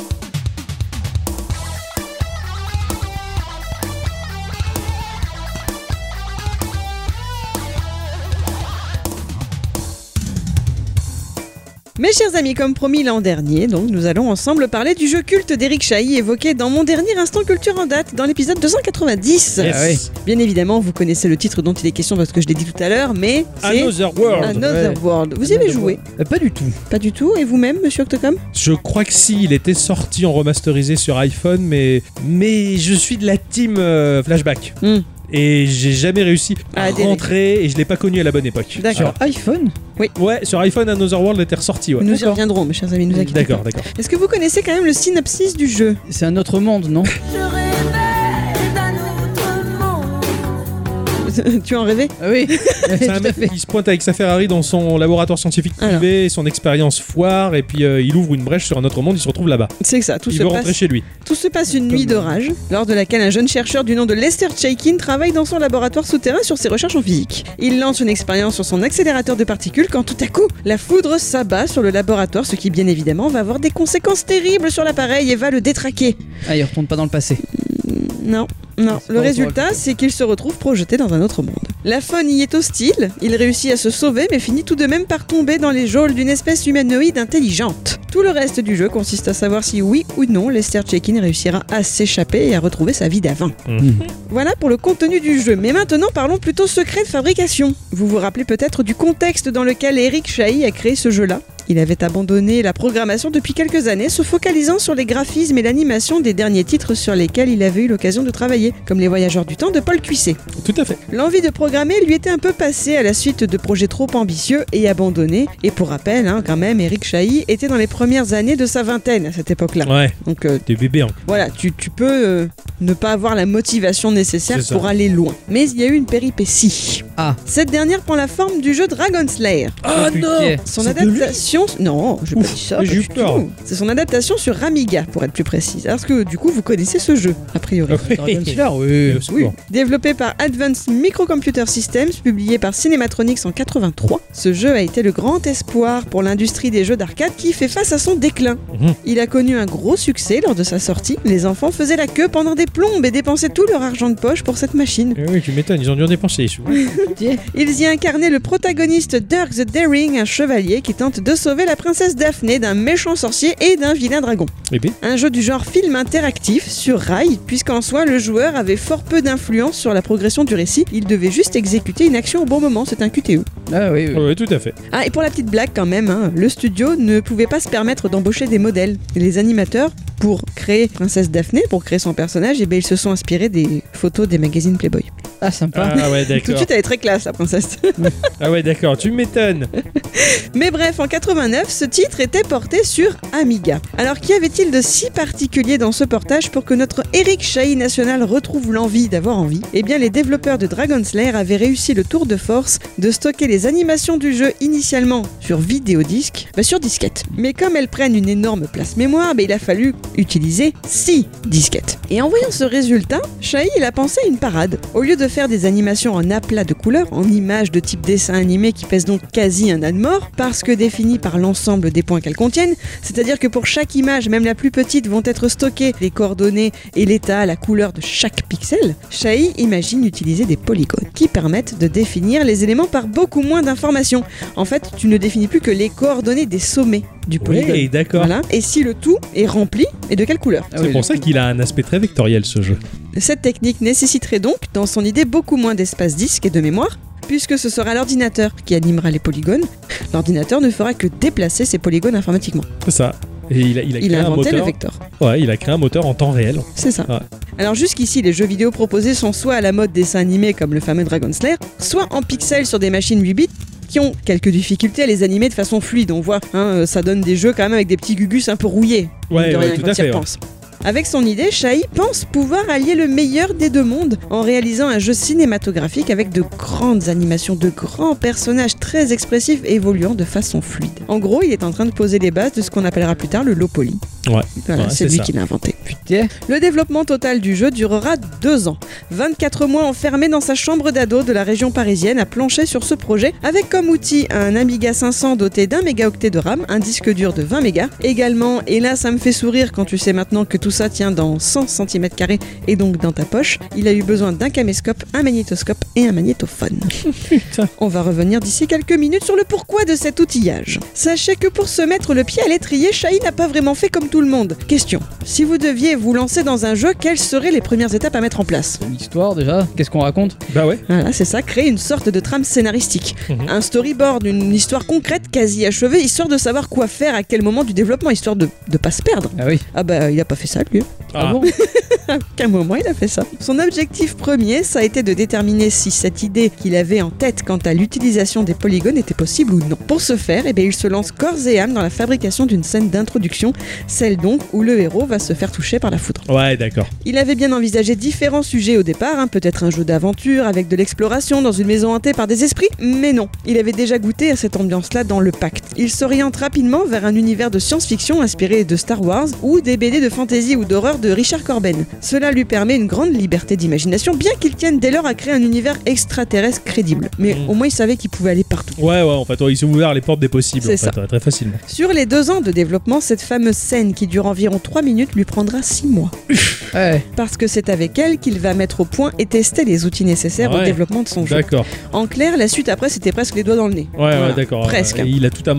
Mes chers amis, comme promis l'an dernier, donc nous allons ensemble parler du jeu culte d'Eric Chahi évoqué dans mon dernier instant culture en date, dans l'épisode 290. Yes. Ah oui. Bien évidemment, vous connaissez le titre dont il est question parce que je l'ai dit tout à l'heure, mais c'est Another World. Another World. Vous y avez joué? Pas du tout. Pas du tout. Et vous-même, monsieur Octocom? Je crois que si, il était sorti en remasterisé sur iPhone, mais je suis de la team Flashback. Et j'ai jamais réussi à rentrer et je l'ai pas connu à la bonne époque. D'accord. Sur iPhone? Oui. Ouais, sur iPhone, Another World était ressorti. Ouais. Nous y reviendrons, mes chers amis, nous inquiétez pas. D'accord. Est-ce que vous connaissez quand même le synopsis du jeu? C'est un autre monde, non? Tu en rêvais? Ah oui. C'est un mec qui se pointe avec sa Ferrari dans son laboratoire scientifique privé, son expérience foire, et puis il ouvre une brèche sur un autre monde, il se retrouve là-bas. C'est que ça, Il veut rentrer chez lui. Tout se passe une nuit d'orage, lors de laquelle un jeune chercheur du nom de Lester Chaikin travaille dans son laboratoire souterrain sur ses recherches en physique. Il lance une expérience sur son accélérateur de particules quand tout à coup, la foudre s'abat sur le laboratoire, ce qui bien évidemment va avoir des conséquences terribles sur l'appareil et va le détraquer. Ah, il retourne pas dans le passé. Non. Le résultat, c'est qu'il se retrouve projeté dans un autre monde. La faune y est hostile, il réussit à se sauver mais finit tout de même par tomber dans les geôles d'une espèce humanoïde intelligente. Tout le reste du jeu consiste à savoir si oui ou non Lester Chaikin réussira à s'échapper et à retrouver sa vie d'avant. Voilà pour le contenu du jeu, mais maintenant parlons plutôt secret de fabrication. Vous vous rappelez peut-être du contexte dans lequel Eric Chahi a créé ce jeu-là? Il avait abandonné la programmation depuis quelques années, se focalisant sur les graphismes et l'animation des derniers titres sur lesquels il avait eu l'occasion de travailler, comme Les Voyageurs du Temps de Paul Cuisset. Tout à fait. L'envie de programmer lui était un peu passée à la suite de projets trop ambitieux et abandonnés. Et pour rappel, quand même, Eric Chahi était dans les premières années de sa vingtaine à cette époque-là. Ouais. Donc, t'es bébé. voilà, tu peux ne pas avoir la motivation nécessaire pour aller loin. Mais il y a eu une péripétie. Ah. Cette dernière prend la forme du jeu Dragon Slayer. Ah non. Son adaptation... Non, j'ai pas dit ça. J'ai eu peur. C'est son adaptation sur Amiga, pour être plus précise. Parce que du coup, vous connaissez ce jeu, a priori. Dragon Slayer, oui. Développé par Advanced Microcomputer Systems, publié par Cinematronics en 83, ce jeu a été le grand espoir pour l'industrie des jeux d'arcade qui fait face à son déclin. Il a connu un gros succès lors de sa sortie. Les enfants faisaient la queue pendant des plombes et dépensaient tout leur argent de poche pour cette machine. Oui, tu m'étonnes, ils ont dû en dépenser. Ils y incarnaient le protagoniste Dirk the Daring, un chevalier qui tente de sauver la princesse Daphné d'un méchant sorcier et d'un vilain dragon. Un jeu du genre film interactif sur rail, puisqu'en soi le joueur avait fort peu d'influence sur la progression du récit, il devait juste exécuter une action au bon moment, c'est un QTE. Ah oui. Oui, tout à fait. Ah, et pour la petite blague quand même, le studio ne pouvait pas se permettre d'embaucher des modèles. Et les animateurs, pour créer Princesse Daphné, pour créer son personnage, ils se sont inspirés des photos des magazines Playboy. Ah, sympa. Ah ouais, d'accord. Tout de suite, elle est très classe, la princesse. Ah ouais, d'accord, tu m'étonnes. Mais bref, en 89, ce titre était porté sur Amiga. Alors, qu'y avait-il de si particulier dans ce portage pour que notre Eric Chahi national retrouve l'envie d'avoir envie ? Eh bien, les développeurs de Dragon Slayer avaient réussi le tour de force de stocker les animations du jeu initialement sur vidéodisque, sur disquette. Mais comme elles prennent une énorme place mémoire, il a fallu utiliser 6 disquettes. Et en voyant ce résultat, Chahi il a pensé à une parade. Au lieu de faire des animations en aplat de couleurs, en images de type dessin animé qui pèsent donc quasi un âne mort, parce que définies par l'ensemble des points qu'elles contiennent, c'est-à-dire que pour chaque image, même la plus petite, vont être stockées les coordonnées et l'état, la couleur de chaque pixel, Chahi imagine utiliser des polygones qui permettent de définir les éléments par beaucoup moins d'informations. En fait, tu ne définis plus que les coordonnées des sommets du polygone. Oui, d'accord. Voilà. Et si le tout est rempli, et de quelle couleur ? C'est pour ça qu'il a un aspect très vectoriel, ce jeu. Cette technique nécessiterait donc, dans son idée, beaucoup moins d'espace disque et de mémoire, puisque ce sera l'ordinateur qui animera les polygones. L'ordinateur ne fera que déplacer ces polygones informatiquement. C'est ça. Et il a inventé un moteur. le vecteur. Ouais, il a créé un moteur en temps réel. C'est ça. Ouais. Alors jusqu'ici, les jeux vidéo proposés sont soit à la mode dessin animé comme le fameux Dragon Slayer, soit en pixels sur des machines 8 bits qui ont quelques difficultés à les animer de façon fluide. On voit, ça donne des jeux quand même avec des petits gugus un peu rouillés. Ouais, tout à fait. Avec son idée, Chahi pense pouvoir allier le meilleur des deux mondes en réalisant un jeu cinématographique avec de grandes animations, de grands personnages très expressifs et évoluant de façon fluide. En gros, il est en train de poser les bases de ce qu'on appellera plus tard le low poly. Ouais. Voilà, c'est lui qui l'a inventé. Putain. Le développement total du jeu durera 2 ans. 24 mois enfermé dans sa chambre d'ado de la région parisienne à plancher sur ce projet, avec comme outil un Amiga 500 doté d'1 mégaoctet de RAM, un disque dur de 20 mégas. Également, et là ça me fait sourire quand tu sais maintenant que tout ça tient dans 100 cm² et donc dans ta poche, il a eu besoin d'un caméscope, un magnétoscope et un magnétophone. On va revenir d'ici quelques minutes sur le pourquoi de cet outillage. Sachez que pour se mettre le pied à l'étrier, Chahi n'a pas vraiment fait comme tout le monde. Question, si vous deviez vous lancer dans un jeu, quelles seraient les premières étapes à mettre en place ? L'histoire déjà, qu'est-ce qu'on raconte ? Bah ouais. Voilà, c'est ça, créer une sorte de trame scénaristique. Un storyboard, une histoire concrète, quasi achevée, histoire de savoir quoi faire à quel moment du développement, histoire de pas se perdre. Ah oui. Ah bah, il a pas fait ça, lui. Ah bon ? À aucun moment il a fait ça. Son objectif premier, ça a été de déterminer si cette idée qu'il avait en tête quant à l'utilisation des polygones était possible ou non. Pour ce faire, il se lance corps et âme dans la fabrication d'une scène d'introduction, celle donc où le héros va se faire toucher par la foudre. Ouais, d'accord. Il avait bien envisagé différents sujets au départ, peut-être un jeu d'aventure avec de l'exploration dans une maison hantée par des esprits, mais non. Il avait déjà goûté à cette ambiance-là dans Le Pacte. Il s'oriente rapidement vers un univers de science-fiction inspiré de Star Wars ou des BD de fantasy ou d'horreur de Richard Corben. Cela lui permet une grande liberté d'imagination, bien qu'il tienne dès lors à créer un univers extraterrestre crédible. Mais au moins il savait qu'il pouvait aller partout. Ouais, en fait, il s'est ouvert les portes des possibles, C'est ça. très facilement. Sur les 2 ans de développement, cette fameuse scène qui dure environ 3 minutes lui prendra 6 mois. Ouais. Parce que c'est avec elle qu'il va mettre au point et tester les outils nécessaires au développement de son jeu. D'accord. En clair, la suite après, c'était presque les doigts dans le nez. Ouais, Voilà. d'accord. Presque. Il a tout amorcé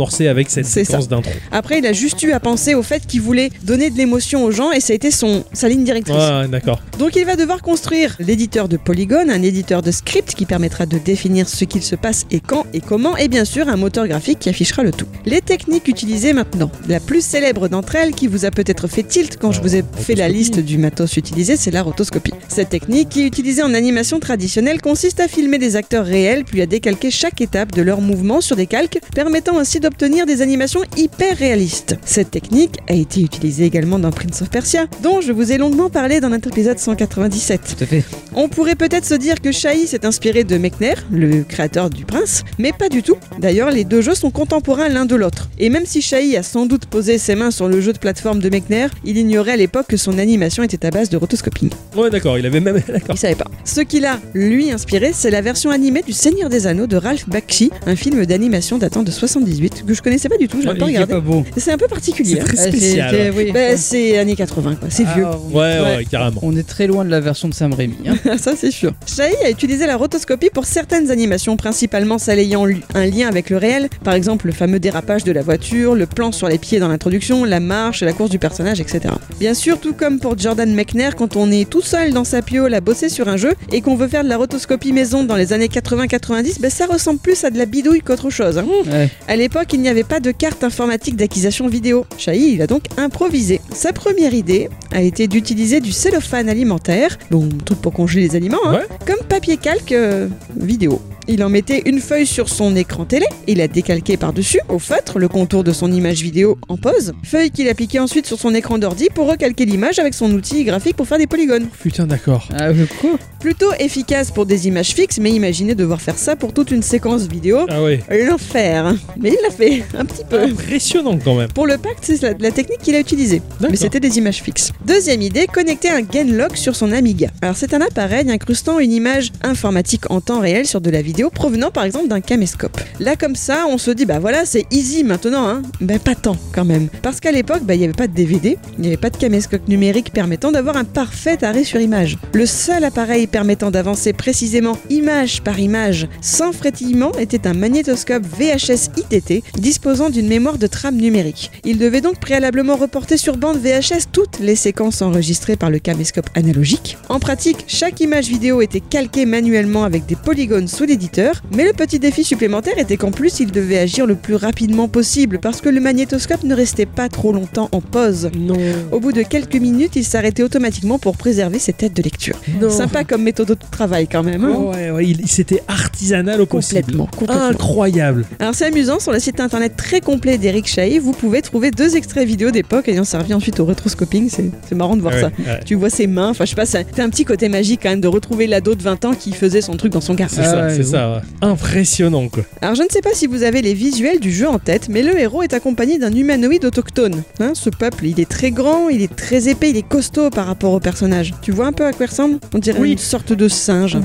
amorcé avec cette séquence d'intro. Après, il a juste eu à penser au fait qu'il voulait donner de l'émotion aux gens et ça a été sa ligne directrice. Ouais, d'accord. Donc il va devoir construire l'éditeur de polygone, un éditeur de script qui permettra de définir ce qu'il se passe et quand et comment, et bien sûr un moteur graphique qui affichera le tout. Les techniques utilisées maintenant. La plus célèbre d'entre elles, qui vous a peut-être fait tilt quand je vous ai fait la liste du matos utilisé, c'est la rotoscopie. Cette technique, qui est utilisée en animation traditionnelle, consiste à filmer des acteurs réels puis à décalquer chaque étape de leurs mouvements sur des calques, permettant ainsi d'obtenir des animations hyper réalistes. Cette technique a été utilisée également dans Prince of Persia, dont je vous ai longuement parlé dans notre épisode 197. Tout à fait. On pourrait peut-être se dire que Shahi s'est inspiré de Mechner, le créateur du Prince, mais pas du tout. D'ailleurs, les deux jeux sont contemporains l'un de l'autre. Et même si Shahi a sans doute posé ses mains sur le jeu de plateforme de Mechner, il ignorait à l'époque que son animation était à base de rotoscoping. Ouais, d'accord, il avait même... D'accord. Il savait pas. Ce qui l'a, lui, inspiré, c'est la version animée du Seigneur des Anneaux de Ralph Bakshi, un film d'animation datant de 78, que je connaissais pas du tout, je l'ai pas regardé. Pas beau. C'est un peu particulier. C'est très spécial. Oui. C'est années 80, quoi. C'est vieux. Ouais, carrément. On est très loin de la version de Sam Raimi. Hein. Ça, c'est sûr. Shahi a utilisé la rotoscopie pour certaines animations, principalement celles ayant un lien avec le réel. Par exemple, le fameux dérapage de la voiture, le plan sur les pieds dans l'introduction, la marche et la course du personnage, etc. Bien sûr, tout comme pour Jordan Mechner, quand on est tout seul dans sa piole à bosser sur un jeu et qu'on veut faire de la rotoscopie maison dans les années 80-90, ça ressemble plus à de la bidouille qu'autre chose. Hein. Ouais. À l'époque, il n'y avait pas de carte informatique d'acquisition vidéo. Shahi, il a donc improvisé. Sa première idée a été d'utiliser du cellophane alimentaire, bon, truc pour congeler les aliments, hein, comme papier calque vidéo. Il en mettait une feuille sur son écran télé, il a décalqué par-dessus, au feutre, le contour de son image vidéo en pause, feuille qu'il appliquait ensuite sur son écran d'ordi pour recalquer l'image avec son outil graphique pour faire des polygones. Putain, d'accord. Ah, quoi? Plutôt efficace pour des images fixes, mais imaginez devoir faire ça pour toute une séquence vidéo. Ah ouais. L'enfer. Mais il l'a fait, un petit peu. Impressionnant quand même. Pour le pacte, c'est la technique qu'il a utilisée. Mais c'était des images fixes. Deuxième idée, connecter un Genlock sur son Amiga. Alors c'est un appareil incrustant une image informatique en temps réel sur de la vidéo provenant par exemple d'un caméscope. Là comme ça, on se dit voilà, c'est easy maintenant, hein. Pas tant quand même. Parce qu'à l'époque, il n'y avait pas de DVD, il n'y avait pas de caméscope numérique permettant d'avoir un parfait arrêt sur image. Le seul appareil permettant d'avancer précisément image par image sans frétillement était un magnétoscope VHS ITT disposant d'une mémoire de trame numérique. Il devait donc préalablement reporter sur bande VHS toutes les séquences enregistrées par le caméscope analogique. En pratique, chaque image vidéo était calquée manuellement avec des polygones sous l'éditeur, mais le petit défi supplémentaire était qu'en plus il devait agir le plus rapidement possible parce que le magnétoscope ne restait pas trop longtemps en pause. Non. Au bout de quelques minutes, il s'arrêtait automatiquement pour préserver ses têtes de lecture. Non. Sympa comme méthode de travail quand même. Hein. Ouais, c'était artisanal au possible. Complètement. Incroyable. Alors c'est amusant, sur le site internet très complet d'Eric Chahi, vous pouvez trouver 2 extraits vidéo d'époque ayant servi ensuite au rétroscoping. C'est marrant de voir ça. Ouais. Tu vois ses mains, enfin je sais pas, c'est un petit côté magique quand même de retrouver l'ado de 20 ans qui faisait son truc dans son garage. C'est ça. Impressionnant quoi. Alors je ne sais pas si vous avez les visuels du jeu en tête, mais le héros est accompagné d'un humanoïde autochtone. Hein, ce peuple, il est très grand, il est très épais, il est costaud par rapport au personnage. Tu vois un peu à quoi il ressemble? On dirait une sorte de singe.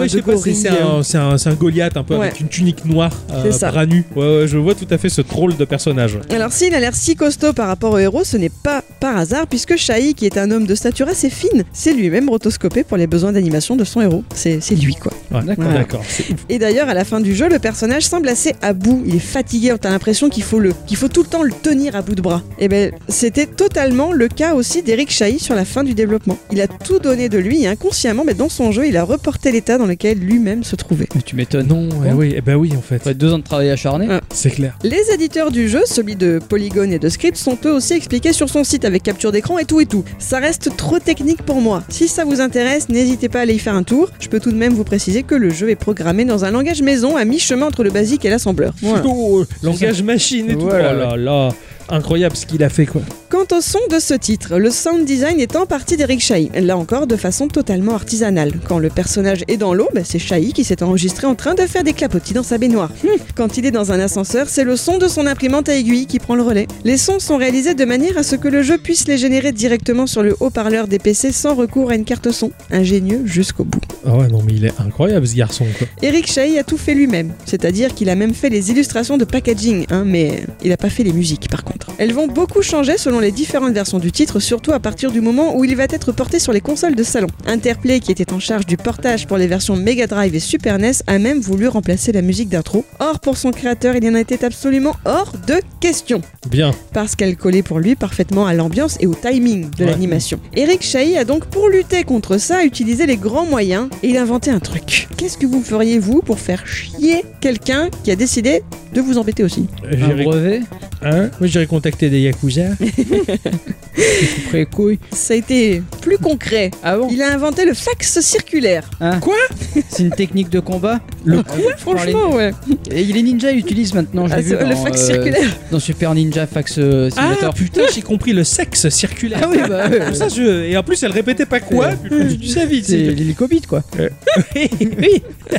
C'est un Goliath un peu avec une tunique noire, bras nus. Ouais, je vois tout à fait ce drôle de personnage. Alors s'il a l'air si costaud par rapport au héros, ce n'est pas par hasard puisque Chahi, qui est un homme de stature assez fine, s'est lui-même rotoscopé pour les besoins d'animation de son héros. C'est lui quoi. Ouais, d'accord. Et d'ailleurs à la fin du jeu, le personnage semble assez à bout. Il est fatigué. T'as l'impression qu'il faut tout le temps le tenir à bout de bras. Et c'était totalement le cas aussi d'Eric Chahi sur la fin du développement. Il a tout donné de lui et inconsciemment, mais dans son jeu, il a reporté l'état dans lequel lui-même se trouvait. Mais tu m'étonnes. Non, oui en fait. Ouais, 2 ans de travail acharné. C'est clair. Les éditeurs du jeu, celui de Polygon et de Script, sont eux aussi expliqués sur son site avec capture d'écran et tout. Ça reste trop technique pour moi. Si ça vous intéresse, n'hésitez pas à aller y faire un tour. Je peux tout de même vous préciser que le jeu est programmé dans un langage maison à mi-chemin entre le basique et l'assembleur. Voilà. Langage machine et tout. Voilà. Oh là là. Incroyable ce qu'il a fait quoi. Quant au son de ce titre, le sound design est en partie d'Eric Chahi, là encore de façon totalement artisanale. Quand le personnage est dans l'eau, c'est Chahi qui s'est enregistré en train de faire des clapotis dans sa baignoire. Quand il est dans un ascenseur, c'est le son de son imprimante à aiguille qui prend le relais. Les sons sont réalisés de manière à ce que le jeu puisse les générer directement sur le haut-parleur des PC sans recours à une carte son. Ingénieux jusqu'au bout. Ah ouais, non mais il est incroyable ce garçon quoi. Eric Chahi a tout fait lui-même, c'est-à-dire qu'il a même fait les illustrations de packaging, mais il a pas fait les musiques par contre. Elles vont beaucoup changer selon les différentes versions du titre, surtout à partir du moment où il va être porté sur les consoles de salon. Interplay, qui était en charge du portage pour les versions Mega Drive et Super NES, a même voulu remplacer la musique d'intro. Or, pour son créateur, il en était absolument hors de question. Bien. Parce qu'elle collait pour lui parfaitement à l'ambiance et au timing de l'animation. Eric Chahi a donc, pour lutter contre ça, utilisé les grands moyens et il a inventé un truc. Qu'est-ce que vous feriez, vous, pour faire chier quelqu'un qui a décidé de vous embêter aussi? Un brevet. Hein? Moi, j'irais contacter des Yakuza. C'est près couille. Ça a été plus concret. Ah bon? Il a inventé le fax circulaire. Hein? Quoi? C'est une technique de combat? Franchement, ouais. Et les ninjas l'utilisent maintenant, j'ai vu le fax circulaire. dans Super Ninja Fax Simulator. Ah putain, j'ai compris le sexe circulaire. Ah oui, bah Comme ça, et en plus, elle répétait pas quoi. Tu sais vite. c'est l'hélicobite quoi. Oui, oui.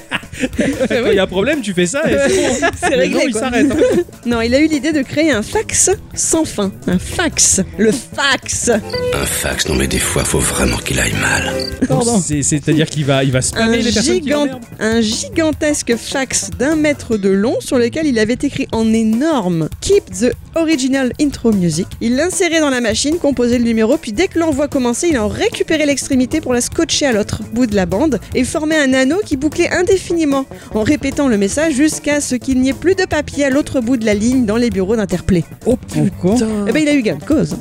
Quand il y a un problème, tu fais ça et c'est bon. C'est réglé, il quoi. s'arrête. Non, il a eu l'idée de créer un fax sans fin. Un fax. Le fax. Un fax, non mais des fois, faut vraiment qu'il aille mal. Pardon. C'est-à-dire qu'il va spammer les personnes qui l'emmerdent. Un gigantesque fax d'1 mètre de long sur lequel il avait écrit en énorme « Keep the original intro music ». Il l'insérait dans la machine, composait le numéro, puis dès que l'envoi commençait, il en récupérait l'extrémité pour la scotcher à l'autre bout de la bande et formait un anneau qui bouclait indéfiniment en répétant le message jusqu'à ce qu'il n'y ait plus de papier à l'autre bout de la ligne dans les bureaux d'Interplay. Oh putain. Eh ben il a eu gain de cause.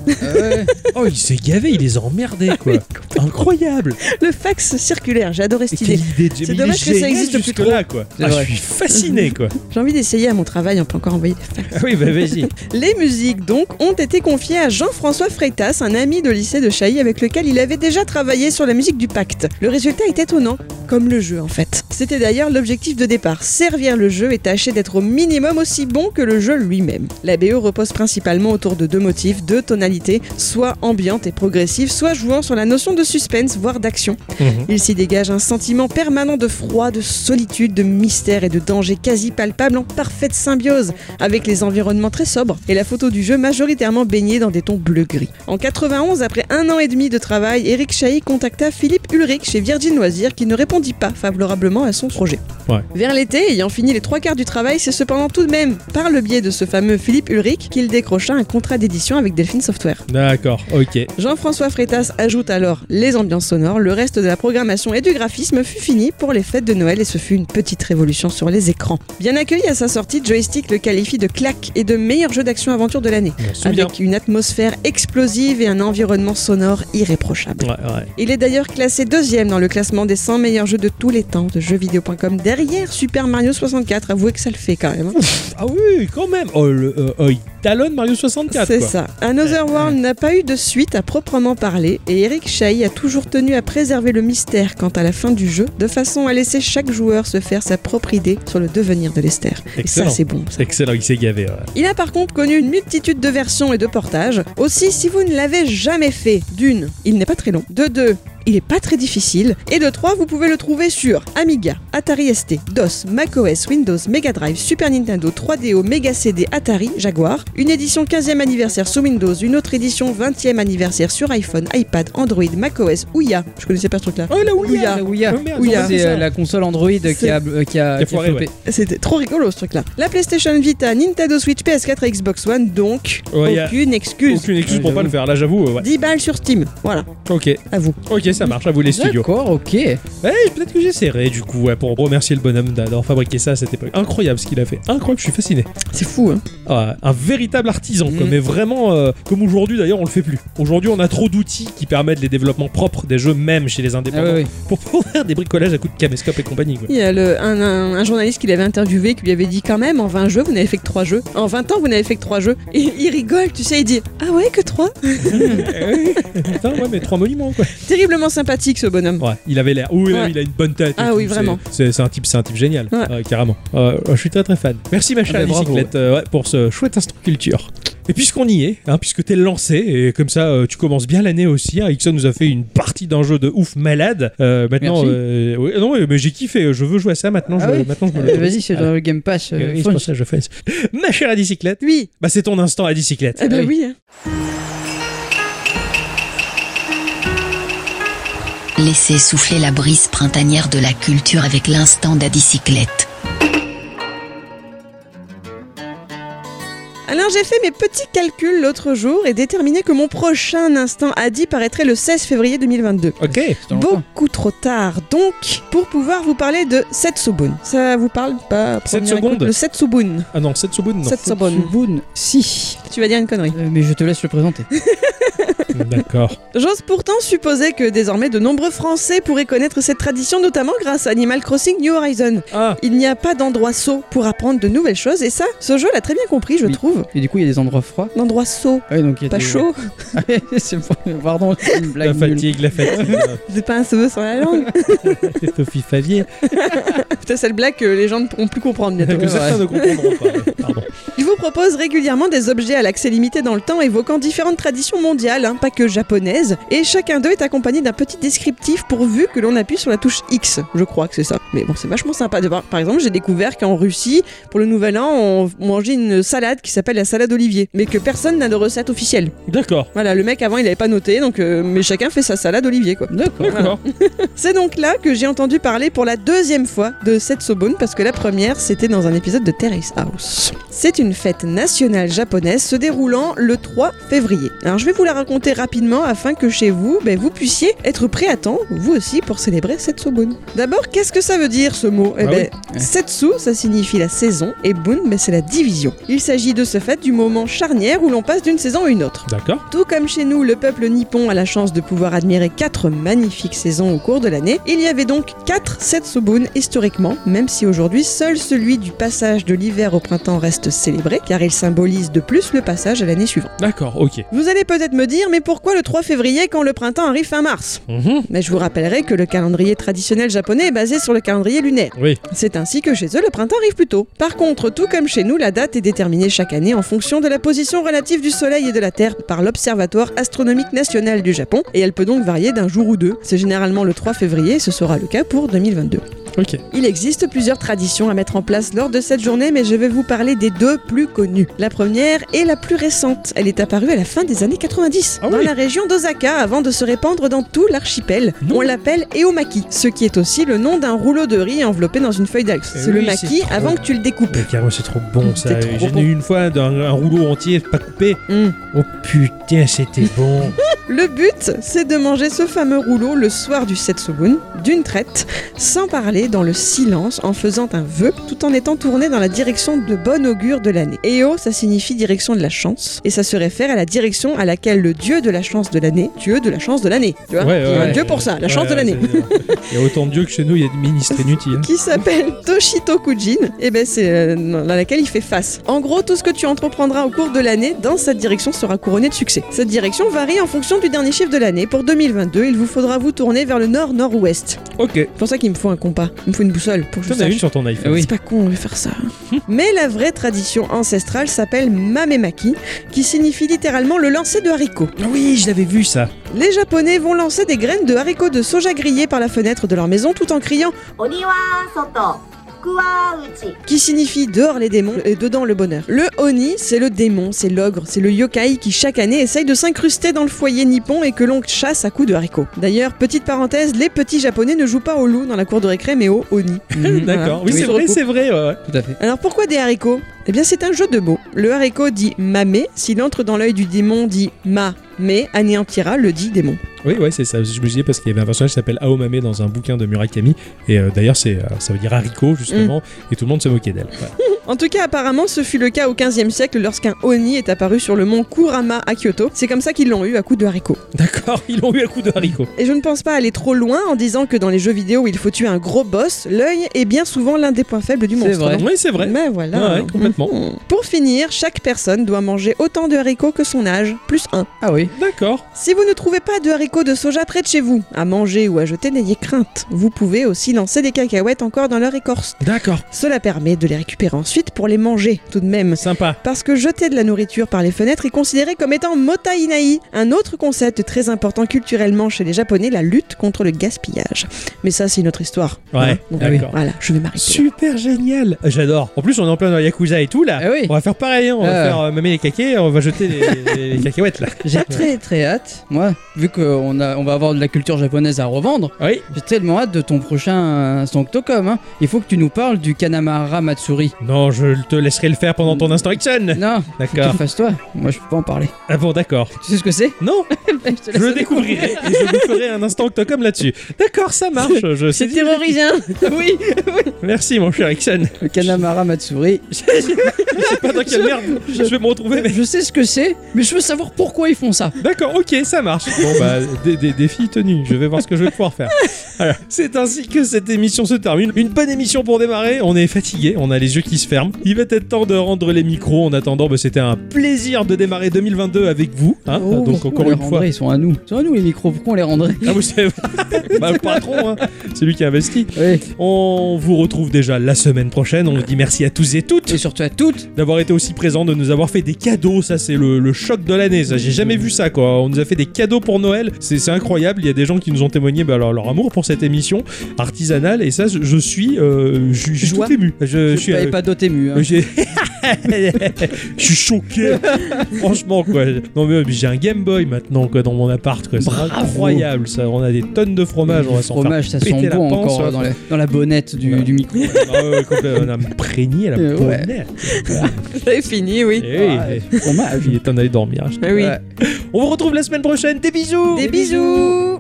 Oh, il s'est gavé, il les a emmerdés quoi. Incroyable. Le fax circulaire, j'ai adoré cette Quelle idée. idée de C'est Jamie, dommage il est que ça génial existe plus trop. jusque-là, quoi. C'est Ah, vrai. je suis fasciné quoi. J'ai envie d'essayer à mon travail, on peut encore envoyer des fax. Ah oui, bah vas-y. Les musiques, donc, ont été confiées à Jean-François Freitas, un ami de lycée de Chahi avec lequel il avait déjà travaillé sur la musique du Pacte. Le résultat est étonnant, comme le jeu en fait. C'était d'ailleurs l'objectif de départ, servir le jeu et tâcher d'être au minimum aussi bon que le jeu lui-même. La BO repose principalement autour de deux motifs, deux tonalités, soit ambiante et progressive, soit jouant sur la notion de suspense, voire d'action. Il s'y dégage un sentiment permanent de froid, de solitude, de mystère et de danger quasi palpable en parfaite symbiose avec les environnements très sobres et la photo du jeu majoritairement baignée dans des tons bleu-gris. En 91, après 1 an et demi de travail, Eric Chahi contacta Philippe Ulrich chez Virgin Loisirs qui ne répondit pas favorablement à son projet. Ouais. Vers l'été, ayant fini les 3/4 du travail, c'est cependant tout de même par le biais de ce fameux Philippe Ulrich qu'il décrocha un contrat d'édition avec Delphine Software. D'accord, ok. Jean-François Freitas ajoute alors les ambiances sonores, le reste de la programmation et du graphisme fut fini pour les fêtes de Noël et ce fut une petite révolution sur les écrans. Bien accueilli à sa sortie, Joystick le qualifie de claque et de meilleur jeu d'action-aventure de l'année, avec une atmosphère explosive et un environnement sonore irréprochable. Ouais. Il est d'ailleurs classé 2e dans le classement des 100 meilleurs jeux de tous les temps de jeuxvideo.com, derrière Super Mario 64, avouez que ça le fait quand même. Ah oui, quand même. Oh, il talonne Mario 64. C'est quoi. ça. Another World n'a pas eu de suite à proprement parler et Eric Chahi a toujours tenu à préserver le mystère quant à la fin du jeu, de façon à laisser chaque joueur se faire sa propre idée sur le devenir de l'Ester. Et ça, c'est bon. Ça. Excellent, il s'est gavé. Ouais. Il a par contre connu une multitude de versions et de portages. Aussi, si vous ne l'avez jamais fait, d'une, il n'est pas très long. De deux, il est pas très difficile. Et de 3, vous pouvez le trouver sur Amiga, Atari ST, DOS, macOS, Windows, Mega Drive, Super Nintendo, 3DO, Mega CD, Atari, Jaguar. Une édition 15e anniversaire sur Windows, une autre édition 20e anniversaire sur iPhone, iPad, Android, macOS, Ouya. Je connaissais pas ce truc-là. Oh la Ouya. Ouya. Oh, merde, Ouya. C'est la console Android qui a foiré, floppé. C'était trop rigolo ce truc-là. La PlayStation Vita, Nintendo Switch, PS4 et Xbox One, donc aucune excuse. Aucune excuse pour pas le faire, là j'avoue. Ouais. 10 balles sur Steam. Voilà. Ok. À vous. Ok, ça marche, à vous les studios. D'accord, ok. Ouais, peut-être que j'essaierai du coup pour remercier le bonhomme d'avoir fabriqué ça à cette époque. Incroyable ce qu'il a fait. Incroyable, je suis fasciné. C'est fou, hein. Ah, un véritable artisan, quoi, mais vraiment comme aujourd'hui d'ailleurs on le fait plus. Aujourd'hui on a trop d'outils qui permettent les développements propres des jeux même chez les indépendants pour pouvoir faire des bricolages à coups de caméscope et compagnie. Quoi. Il y a un journaliste qui l'avait interviewé qui lui avait dit quand même en 20 jeux vous n'avez fait que 3 jeux. En 20 ans vous n'avez fait que 3 jeux. Et il rigole, tu sais, il dit ah ouais que 3. Putain, ouais, mais 3 monuments quoi. Terriblement sympathique ce bonhomme. Ouais, il avait l'air. Oui, il a une bonne tête. Ah oui, vraiment. C'est un type génial, carrément. Je suis très très fan. Merci ma chère bicyclette pour ce chouette instant culture. Et puisqu'on y est, puisque t'es lancé, et comme ça tu commences bien l'année aussi, Ixon nous a fait une partie d'un jeu de ouf malade. Maintenant, non, mais j'ai kiffé, je veux jouer à ça maintenant. Maintenant je me le vas-y, c'est dans le Game Pass. c'est pour ça que je fais. Ma chère bicyclette, oui, bah c'est ton instant à bicyclette. Eh ben oui. Hein. Laissez souffler la brise printanière de la culture avec l'instant d'Adicyclette. Alors j'ai fait mes petits calculs l'autre jour et déterminé que mon prochain instant Adi paraîtrait le 16 février 2022. Ok. Beaucoup trop tard donc pour pouvoir vous parler de Setsubun. Ça vous parle pas? 7 secondes. Le Setsubun. Ah non, Setsubun, non. Setsubun, si. Tu vas dire une connerie. Mais je te laisse le présenter. D'accord. J'ose pourtant supposer que désormais de nombreux Français pourraient connaître cette tradition, notamment grâce à Animal Crossing New Horizon. Ah, Il n'y a pas d'endroit sot pour apprendre de nouvelles choses et ça, ce jeu l'a très bien compris, je Oui. trouve. Et du coup, il y a des endroits froids. D'endroit sot, Ah oui, donc il y a pas des... chaud. C'est pardon, c'est une blague la nulle. fatigue, la fatigue. C'est pas un cheveu sur la langue. Sophie Favier. Putain, c'est le blague que les gens ne pourront plus comprendre bientôt. Que certains ne comprendront pas. Pardon. Il vous propose régulièrement des objets à l'accès limité dans le temps évoquant différentes traditions mondiales, pas que japonaises, et chacun d'eux est accompagné d'un petit descriptif pourvu que l'on appuie sur la touche X. Je crois que c'est ça. Mais bon, c'est vachement sympa de voir. Par exemple, j'ai découvert qu'en Russie, pour le Nouvel An, on mangeait une salade qui s'appelle la salade Olivier, mais que personne n'a de recette officielle. D'accord. Voilà, le mec avant il avait pas noté, donc mais chacun fait sa salade Olivier quoi. D'accord. D'accord. C'est donc là que j'ai entendu parler pour la deuxième fois de Setsubun parce que la première c'était dans un épisode de Terrace House. C'est une fête nationale japonaise se déroulant le 3 février. Alors je vais vous la raconter rapidement afin que chez vous, vous puissiez être prêts à temps, vous aussi, pour célébrer Setsubun. D'abord, qu'est-ce que ça veut dire ce mot? Setsu, ça signifie la saison, et Bun, c'est la division. Il s'agit de ce fait du moment charnière où l'on passe d'une saison à une autre. D'accord. Tout comme chez nous, le peuple nippon a la chance de pouvoir admirer 4 magnifiques saisons au cours de l'année, il y avait donc 4 Setsubun historiquement, même si aujourd'hui seul celui du passage de l'hiver au printemps reste célébré, car il symbolise de plus le passage à l'année suivante. D'accord, ok. Vous allez peut-être me dire, mais pourquoi le 3 février quand le printemps arrive fin mars? Mais je vous rappellerai que le calendrier traditionnel japonais est basé sur le calendrier lunaire. Oui. C'est ainsi que chez eux, le printemps arrive plus tôt. Par contre, tout comme chez nous, la date est déterminée chaque année en fonction de la position relative du Soleil et de la Terre par l'Observatoire astronomique national du Japon, et elle peut donc varier d'un jour ou deux. C'est généralement le 3 février, et ce sera le cas pour 2022. Ok. Il existe plusieurs traditions à mettre en place lors de cette journée, mais je vais vous parler des 2 plus connues. La première est la plus récente. Elle est apparue à la fin des années 90, dans la région d'Osaka, avant de se répandre dans tout l'archipel. On l'appelle Eomaki, ce qui est aussi le nom d'un rouleau de riz enveloppé dans une feuille d'algue. C'est le oui, maki c'est trop avant que tu le découpes. Mais carrément, c'est trop bon ça. C'est trop J'en bon. ai eu une fois un rouleau entier, pas coupé. Oh putain, c'était bon. Le but, c'est de manger ce fameux rouleau le soir du Setsubun, d'une traite, sans parler, dans le silence, en faisant un vœu, tout en étant tourné dans la direction de bon augure de l'année. Eo, ça signifie direction de la chance, et ça se réfère à la direction à laquelle le dieu de la chance de l'année, tu vois, il y a un dieu pour ça, la chance de l'année. Il y a autant de dieux que chez nous, il y a des ministres inutiles. Qui s'appelle Toshito Kujin, et c'est dans laquelle il fait face. En gros, tout ce que tu entreprendras au cours de l'année dans cette direction sera couronné de succès. Cette direction varie en fonction du dernier chiffre de l'année. Pour 2022, il vous faudra vous tourner vers le nord-nord-ouest. Ok. C'est pour ça qu'il me faut un compas, il me faut une boussole pour que je T'en as une sache. sur ton iPhone. Oui. C'est pas con, on va faire ça. Mais la vraie tradition ancestrale s'appelle Mamemaki, qui signifie littéralement le lancer de haricots. Oui, je l'avais vu ça. Les Japonais vont lancer des graines de haricots de soja grillés par la fenêtre de leur maison tout en criant Oni wa soto, ku wa uchi. qui signifie dehors les démons et dedans le bonheur. Le Oni, c'est le démon, c'est l'ogre, c'est le yokai qui chaque année essaye de s'incruster dans le foyer nippon et que l'on chasse à coups de haricots. D'ailleurs, petite parenthèse, les petits japonais ne jouent pas au loup dans la cour de récré mais au Oni. D'accord. Oui, Voilà. c'est vrai, ouais. Tout à fait. Alors pourquoi des haricots? Eh bien c'est un jeu de mots. Le haricot dit mamé, s'il entre dans l'œil du démon dit ma, mais anéantira le dit démon. Oui, ouais, c'est ça. Je me disais parce qu'il y avait un personnage qui s'appelle Aomame dans un bouquin de Murakami. Et d'ailleurs, ça veut dire haricot, justement. Et tout le monde se moquait d'elle. Voilà. En tout cas, apparemment, ce fut le cas au 15e siècle lorsqu'un Oni est apparu sur le mont Kurama à Kyoto. C'est comme ça qu'ils l'ont eu à coups de haricots. D'accord, ils l'ont eu à coup de haricot. Et je ne pense pas aller trop loin en disant que dans les jeux vidéo où il faut tuer un gros boss, l'œil est bien souvent l'un des points faibles du monstre. vrai. non Oui, c'est vrai. Mais voilà. Ouais, complètement. Pour finir, chaque personne doit manger autant de haricots que son âge, plus 1. Ah oui. D'accord. Si vous ne trouvez pas de haricots de soja près de chez vous, à manger ou à jeter, n'ayez crainte. Vous pouvez aussi lancer des cacahuètes encore dans leur écorce. D'accord. Cela permet de les récupérer ensuite pour les manger, tout de même. Sympa. Parce que jeter de la nourriture par les fenêtres est considéré comme étant motainai, un autre concept très important culturellement chez les Japonais, la lutte contre le gaspillage. Mais ça, c'est une autre histoire. Ouais, Donc, d'accord. Voilà, je vais m'arrêter. Super génial. J'adore. En plus, on est en plein dans Yakuza et tout là. Ah oui. On va faire pareil. Hein. On va faire mamer les caquets. On va jeter les cacahuètes là. J'ai très très hâte, moi, vu qu'on on va avoir de la culture japonaise à revendre. Oui. J'ai tellement hâte de ton prochain Instant Octocom. Hein. Il faut que tu nous parles du Kanamara Matsuri. Non, je te laisserai le faire pendant ton instant Ixon. Non, D'accord. fasse-toi. Moi, je peux pas en parler. Ah bon, d'accord. Tu sais ce que c'est? Non, Je te je laisse- le découvrirai et je vous ferai un instant Octocom là-dessus. D'accord, ça marche. Je C'est sais. terrorisant. Oui, Merci, mon cher Ixon. le Kanamara Matsuri. Je sais pas dans quelle merde je vais me retrouver, mais. Je sais ce que c'est, mais je veux savoir pourquoi ils font ça. D'accord, ok, ça marche. Bon, bah, des défis tenus. Je vais voir ce que je vais pouvoir faire. Voilà. C'est ainsi que cette émission se termine. Une bonne émission pour démarrer. On est fatigué, on a les yeux qui se ferment. Il va être temps de rendre les micros. En attendant, bah, c'était un plaisir de démarrer 2022 avec vous. Hein. Donc, pourquoi encore on les une fois. rendrait, ils sont à nous. Ils sont à nous les micros, pourquoi on les rendrait? Ah, vous savez, bah, le patron, hein. C'est lui qui a investi. Oui. On vous retrouve déjà la semaine prochaine. On vous dit merci à tous et toutes Et surtout à toutes. d'avoir été aussi présents, de nous avoir fait des cadeaux. Ça, c'est le choc de l'année. Ça, j'ai jamais vu ça, quoi. On nous a fait des cadeaux pour Noël. C'est incroyable. Il y a des gens qui nous ont témoigné leur amour pour cette émission artisanale. Et ça, je suis Joie. tout ému. Je suis pas d'autres émus. Hein. j'ai- je suis choqué. Franchement, quoi. Non, mais j'ai un Game Boy maintenant, quoi, dans mon appart, quoi. C'est Bravo. incroyable, ça. On a des tonnes de fromage. On va Le s'en fromage, ça faire sent péter la bon panse, encore ouais. dans la bonnette du micro. Ah ouais, complètement. On a imprégné la Ouais. bonnette. C'est fini, oui. Eh oui, Ah, fromage. il est temps d'aller dormir. Ah oui. Ouais. On vous retrouve la semaine prochaine. Des bisous. Des bisous.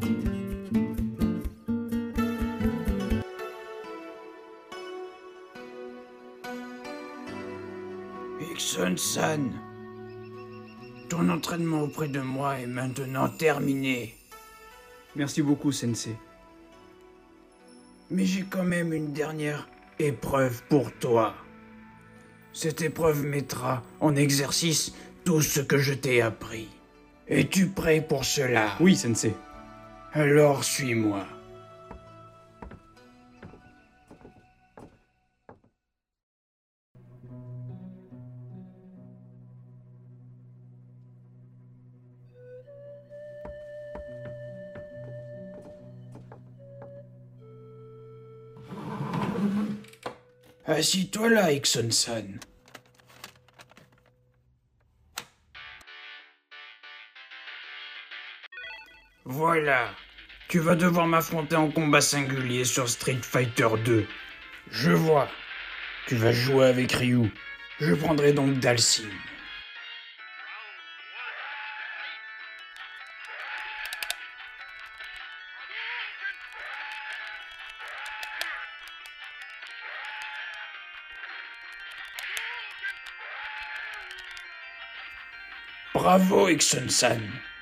Ixon-san, ton entraînement auprès de moi est maintenant terminé. Merci beaucoup, Sensei. Mais j'ai quand même une dernière épreuve pour toi. Cette épreuve mettra en exercice tout ce que je t'ai appris. Es-tu prêt pour cela? Oui, Sensei. Alors suis-moi. Assis-toi là, Ixon-san. Voilà. Tu vas devoir m'affronter en combat singulier sur Street Fighter 2. Je vois. Tu vas jouer avec Ryu. Je prendrai donc Dalsim. Bravo, Ixon-san.